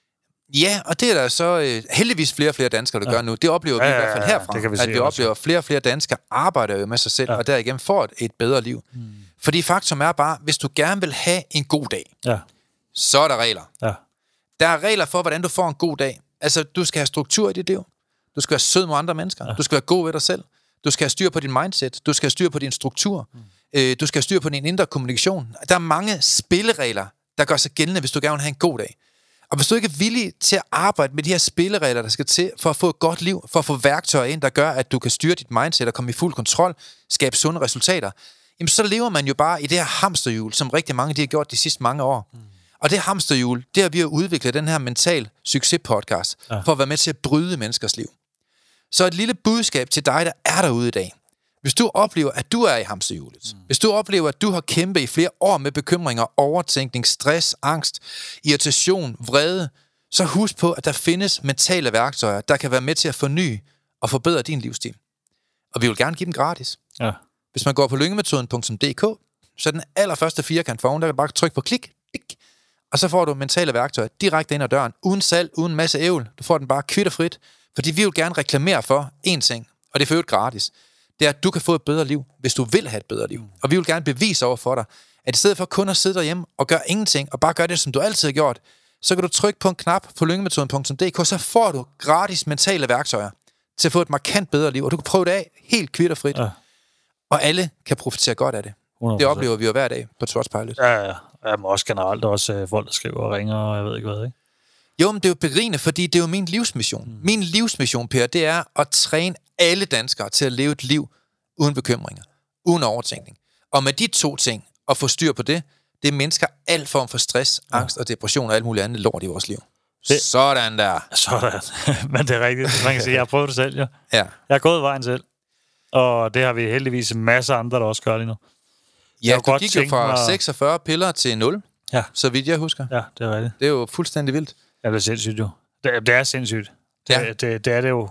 Ja, og det er der så øh, heldigvis flere og flere danskere, der ja. gør nu. Det oplever vi ja, i hvert fald herfra, ja, vi at vi oplever, at flere og flere danskere arbejder jo med sig selv, ja. og derigennem får et, et bedre liv. Hmm. Fordi faktum er bare, hvis du gerne vil have en god dag, ja. så er der regler. Ja. Der er regler for, hvordan du får en god dag. Altså, du skal have struktur i dit liv. Du skal være sød mod andre mennesker. Ja. Du skal være god ved dig selv. Du skal have styr på din mindset. Du skal have styr på din struktur. Hmm. Øh, du skal have styr på din indre kommunikation. Der er mange spilleregler, der gør sig gældende, hvis du gerne vil have en god dag. Og hvis du ikke er villig til at arbejde med de her spilleregler, der skal til for at få et godt liv, for at få værktøjer ind, der gør, at du kan styre dit mindset og komme i fuld kontrol, skabe sunde resultater, jamen så lever man jo bare i det her hamsterhjul, som rigtig mange de har gjort de sidste mange år. Mm. Og det hamsterhjul, det har vi jo udviklet den her mental succes-podcast, ja. for at være med til at bryde menneskers liv. Så et lille budskab til dig, der er derude i dag. Hvis du oplever, at du er i hamsterhjulet, mm. hvis du oplever, at du har kæmpet i flere år med bekymringer, overtænkning, stress, angst, irritation, vrede, så husk på, at der findes mentale værktøjer, der kan være med til at forny og forbedre din livsstil. Og vi vil gerne give dem gratis. Ja. Hvis man går på lyngemetoden punktum d k, så er den allerførste firkant foran, der kan bare trykke på klik, klik, og så får du mentale værktøjer direkte ind ad døren, uden salg, uden masse ævl. Du får den bare kvitterfrit, fordi vi vil gerne reklamere for én ting, og det er for øvrigt gratis. Det er, at du kan få et bedre liv, hvis du vil have et bedre liv. Og vi vil gerne bevise over for dig, at i stedet for kun at sidde derhjemme og gøre ingenting, og bare gøre det, som du altid har gjort, så kan du trykke på en knap på lyngemetoden punktum d k, så får du gratis mentale værktøjer til at få et markant bedre liv, og du kan prøve det af helt kvitterfrit. Ja. Og alle kan profitere godt af det. hundrede procent. Det oplever vi jo hver dag på Trustpilot. Ja, ja. Jamen også generelt også øh, folk, der skriver og ringer, og jeg ved ikke hvad, ikke? Jo, men det er jo berigende, fordi det er jo min livsmission. Mm. Min livsmission, Per, det er at træne alle danskere til at leve et liv uden bekymringer, uden overtænkning. Og med de to ting, at få styr på det, det mindsker al form for stress, angst ja. og depression og alt muligt andet lort i vores liv. Det. Sådan der. Sådan. Men det er rigtigt. Man kan sige, jeg har prøvet det selv, ja. ja. Jeg har gået vejen selv. Og det har vi heldigvis masser af andre, der også gør lige nu. Ja, du gik jo fra mig... seksogfyrre piller til nul, ja. så vidt jeg husker. Ja, det er rigtigt. Det er jo fuldstændig vildt. Ja, det er sindssygt jo. Det, det er sindssygt. Det, ja. det, det, det er det jo.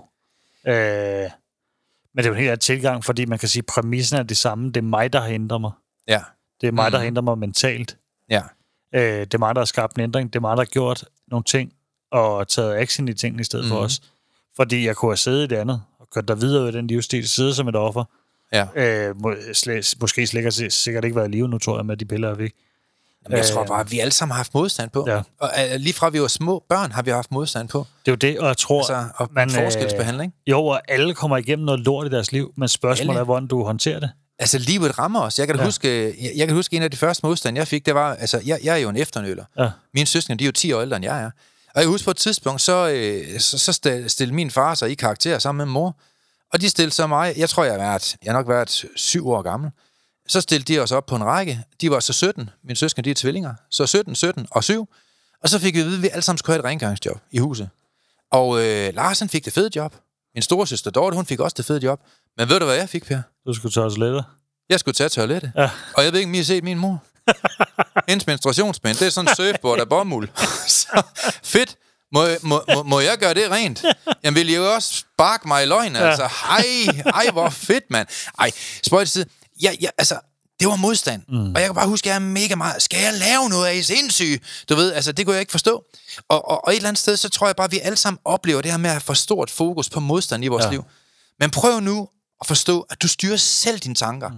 Øh, men det er jo en helt anden tilgang, fordi man kan sige, at præmissen er det samme. Det er mig, der har ændret mig. Ja. Det er mig, der har ændret mig mentalt. Ja. Øh, det er mig, der har skabt en ændring. Det er mig, der har gjort nogle ting og taget action i tingene i stedet mm. for os. Fordi jeg kunne have siddet i det andet og kørt der videre ud af den livsstil, sidde som et offer. Ja. Øh, må, sl- måske slet, sikkert ikke været i live nu, tror jeg, med de piller, jeg fik. Jamen, jeg tror bare, at vi alle sammen har haft modstand på. Ja. Og uh, lige fra vi var små børn, har vi haft modstand på. Det er jo det, og jeg tror... Altså, og man, forskelsbehandling. Øh, jo, og alle kommer igennem noget lort i deres liv, men spørgsmålet alle. er, hvordan du håndterer det. Altså, livet rammer os. Jeg kan ja. huske, jeg, jeg kan huske, en af de første modstand, jeg fik, det var... Altså, jeg, jeg er jo en efternøler. Ja. Mine søskende, de er jo ti år ældre, end jeg er. Og jeg husker på et tidspunkt, så, øh, så, så stillede min far sig i karakter sammen med mor. Og de stillede så mig... Jeg tror, jeg har været... Jeg har nok været syv år gammel. Så stillede de os op på en række. De var så sytten. Mine søskende, de er tvillinger. Så sytten, sytten og syv. Og så fik vi at vide, at vi alle sammen skulle have et rengøringsjob i huset. Og øh, Larsen fik det fede job. Min storesøster Dorte, hun fik også det fede job. Men ved du, hvad jeg fik, Per? Du skulle tage toilettet. Jeg skulle tage toilettet. Ja. Og jeg ved ikke, om I har set min mor. Hendes menstruationsbind, det er sådan en surfboard af bomuld. Så fedt. Må, må, må, må jeg gøre det rent? Jamen, vil I jo også sparke mig i løgn, ja. altså. Ej, ej, hvor fedt, mand. Ej, spøj til side. Ja, ja, altså, det var modstand. Mm. Og jeg kan bare huske, at jeg er mega meget... Skal jeg lave noget af I sindssyge? Du ved, altså, det kunne jeg ikke forstå. Og, og, og et eller andet sted, så tror jeg bare, at vi alle sammen oplever det her med at få stort fokus på modstand i vores ja. liv. Men prøv nu at forstå, at du styrer selv dine tanker. Mm.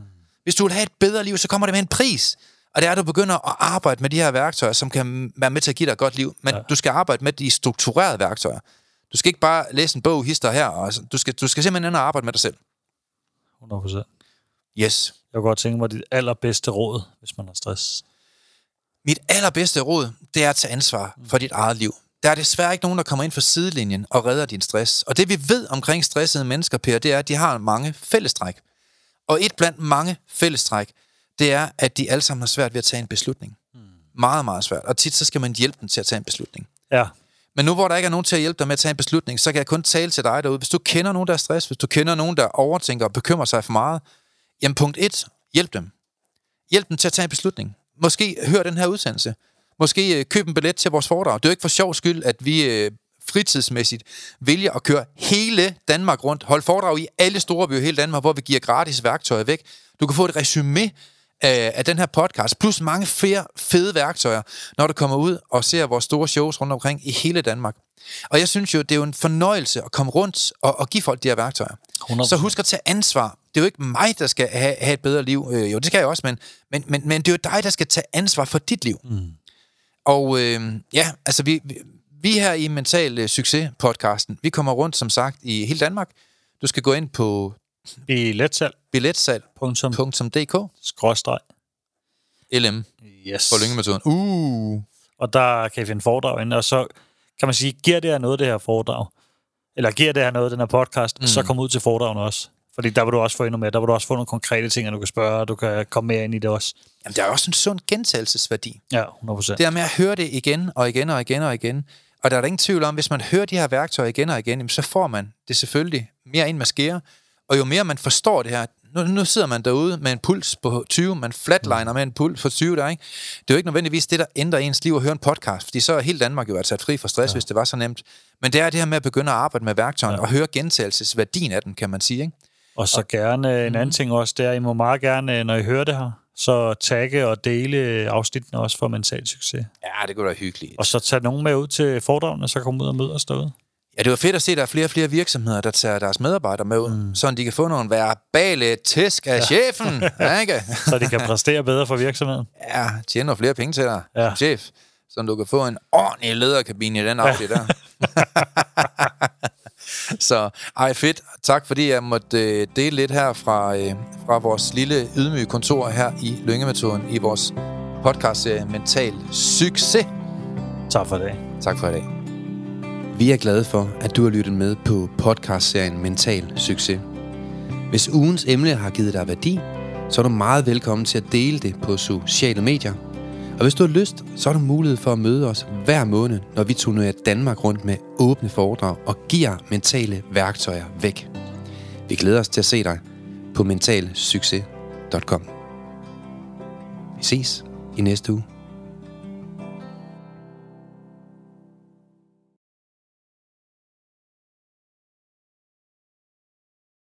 Hvis du vil have et bedre liv, så kommer det med en pris. Og det er, at du begynder at arbejde med de her værktøjer, som kan være med til at give dig et godt liv. Men ja. du skal arbejde med de strukturerede værktøjer. Du skal ikke bare læse en bog, hister her. Og du, skal, du skal simpelthen ind og arbejde med dig selv. hundrede procent. Yes. Jeg kunne godt tænke mig dit allerbedste råd, hvis man har stress. Mit allerbedste råd, det er at tage ansvar for dit eget liv. Der er desværre ikke nogen, der kommer ind fra sidelinjen og redder din stress. Og det vi ved omkring stressede mennesker, Per, det er, at de har mange fællestræk. Og et blandt mange fællestræk, det er, at de alle sammen har svært ved at tage en beslutning. Hmm. Meget, meget svært. Og tit så skal man hjælpe dem til at tage en beslutning. Ja. Men nu hvor der ikke er nogen til at hjælpe dig med at tage en beslutning, så kan jeg kun tale til dig derude. Hvis du kender nogen, der er stress, hvis du kender nogen, der overtænker og bekymrer sig for meget, jamen punkt et, hjælp dem. Hjælp dem til at tage en beslutning. Måske hør den her udsendelse. Måske øh, køb en billet til vores foredrag. Det er jo ikke for sjov skyld, at vi øh, fritidsmæssigt vælger at køre hele Danmark rundt. Hold foredrag i alle store byer i hele Danmark, hvor vi giver gratis værktøjer væk. Du kan få et resume af, af den her podcast, plus mange flere fede værktøjer, når du kommer ud og ser vores store shows rundt omkring i hele Danmark. Og jeg synes jo, det er jo en fornøjelse at komme rundt og, og give folk de her værktøjer. hundrede procent. Så husk at tage ansvar. Det er jo ikke mig, der skal have, have et bedre liv. Øh, jo, det skal jeg også, men, men, men, men det er jo dig, der skal tage ansvar for dit liv. Mm. Og øh, ja, altså vi, vi, vi her i Mental uh, Succes-podcasten, vi kommer rundt, som sagt, i hele Danmark. Du skal gå ind på billetsalg billetsalg punktum d k skråstreg L M yes. for lyngemetoden. Uh. Og der kan I finde foredrag inde, og så kan man sige, giver det her noget, det her foredrag? Eller giver det her noget, den her podcast? Mm. Så kom ud til foredragene også. Fordi der vil du også få endnu mere. Der vil du også få nogle konkrete ting, du kan spørge, og du kan komme mere ind i det også. Jamen, der er også en sund gentagelsesværdi. Ja, hundrede procent. Det er med at høre det igen og igen og igen og igen. Og der er der ingen tvivl om, hvis man hører de her værktøjer igen og igen, så får man det selvfølgelig mere ind med skære. Og jo mere man forstår det her, nu, nu sidder man derude med en puls på tyve, man flatliner med en puls på tyve der, ikke? Det er jo ikke nødvendigvis det, der ændrer ens liv at høre en podcast, fordi så er hele Danmark jo været sat fri fra stress, ja. Hvis det var så nemt. Men det er det her med at begynde at arbejde med værktøjerne, ja. Og høre gentagelsesværdien af den, kan man sige, ikke? Og så gerne en anden ting også, det er, I må meget gerne, når I hører det her, så tagge og dele afsnittene også for Mental Succes. Ja, det kunne være hyggeligt. Og så tage nogen med ud til foredragene, så komme ud og møde os derude. Ja, det var fedt at se, at der er flere og flere virksomheder, der tager deres medarbejdere med ud, mm. så de kan få nogle verbale tæsk af ja. chefen. Ja, ikke? Så de kan præstere bedre for virksomheden. Ja, tjene nogle flere penge til dig ja. Som chef, så du kan få en ordentlig lederkabine i den Audi ja. Der. Så ej, fedt. Tak fordi jeg måtte øh, dele lidt her fra, øh, fra vores lille ydmyge kontor her i Lyngemetoden i vores podcastserie Mental Succes. Tak for det. Tak for i dag. Vi er glade for, at du har lyttet med på podcastserien Mental Succes. Hvis ugens emne har givet dig værdi, så er du meget velkommen til at dele det på sociale medier. Og hvis du har lyst, så har du mulighed for at møde os hver måned, når vi turnerer Danmark rundt med åbne foredrag og giver mentale værktøjer væk. Vi glæder os til at se dig på mental succes punktum com. Vi ses i næste uge.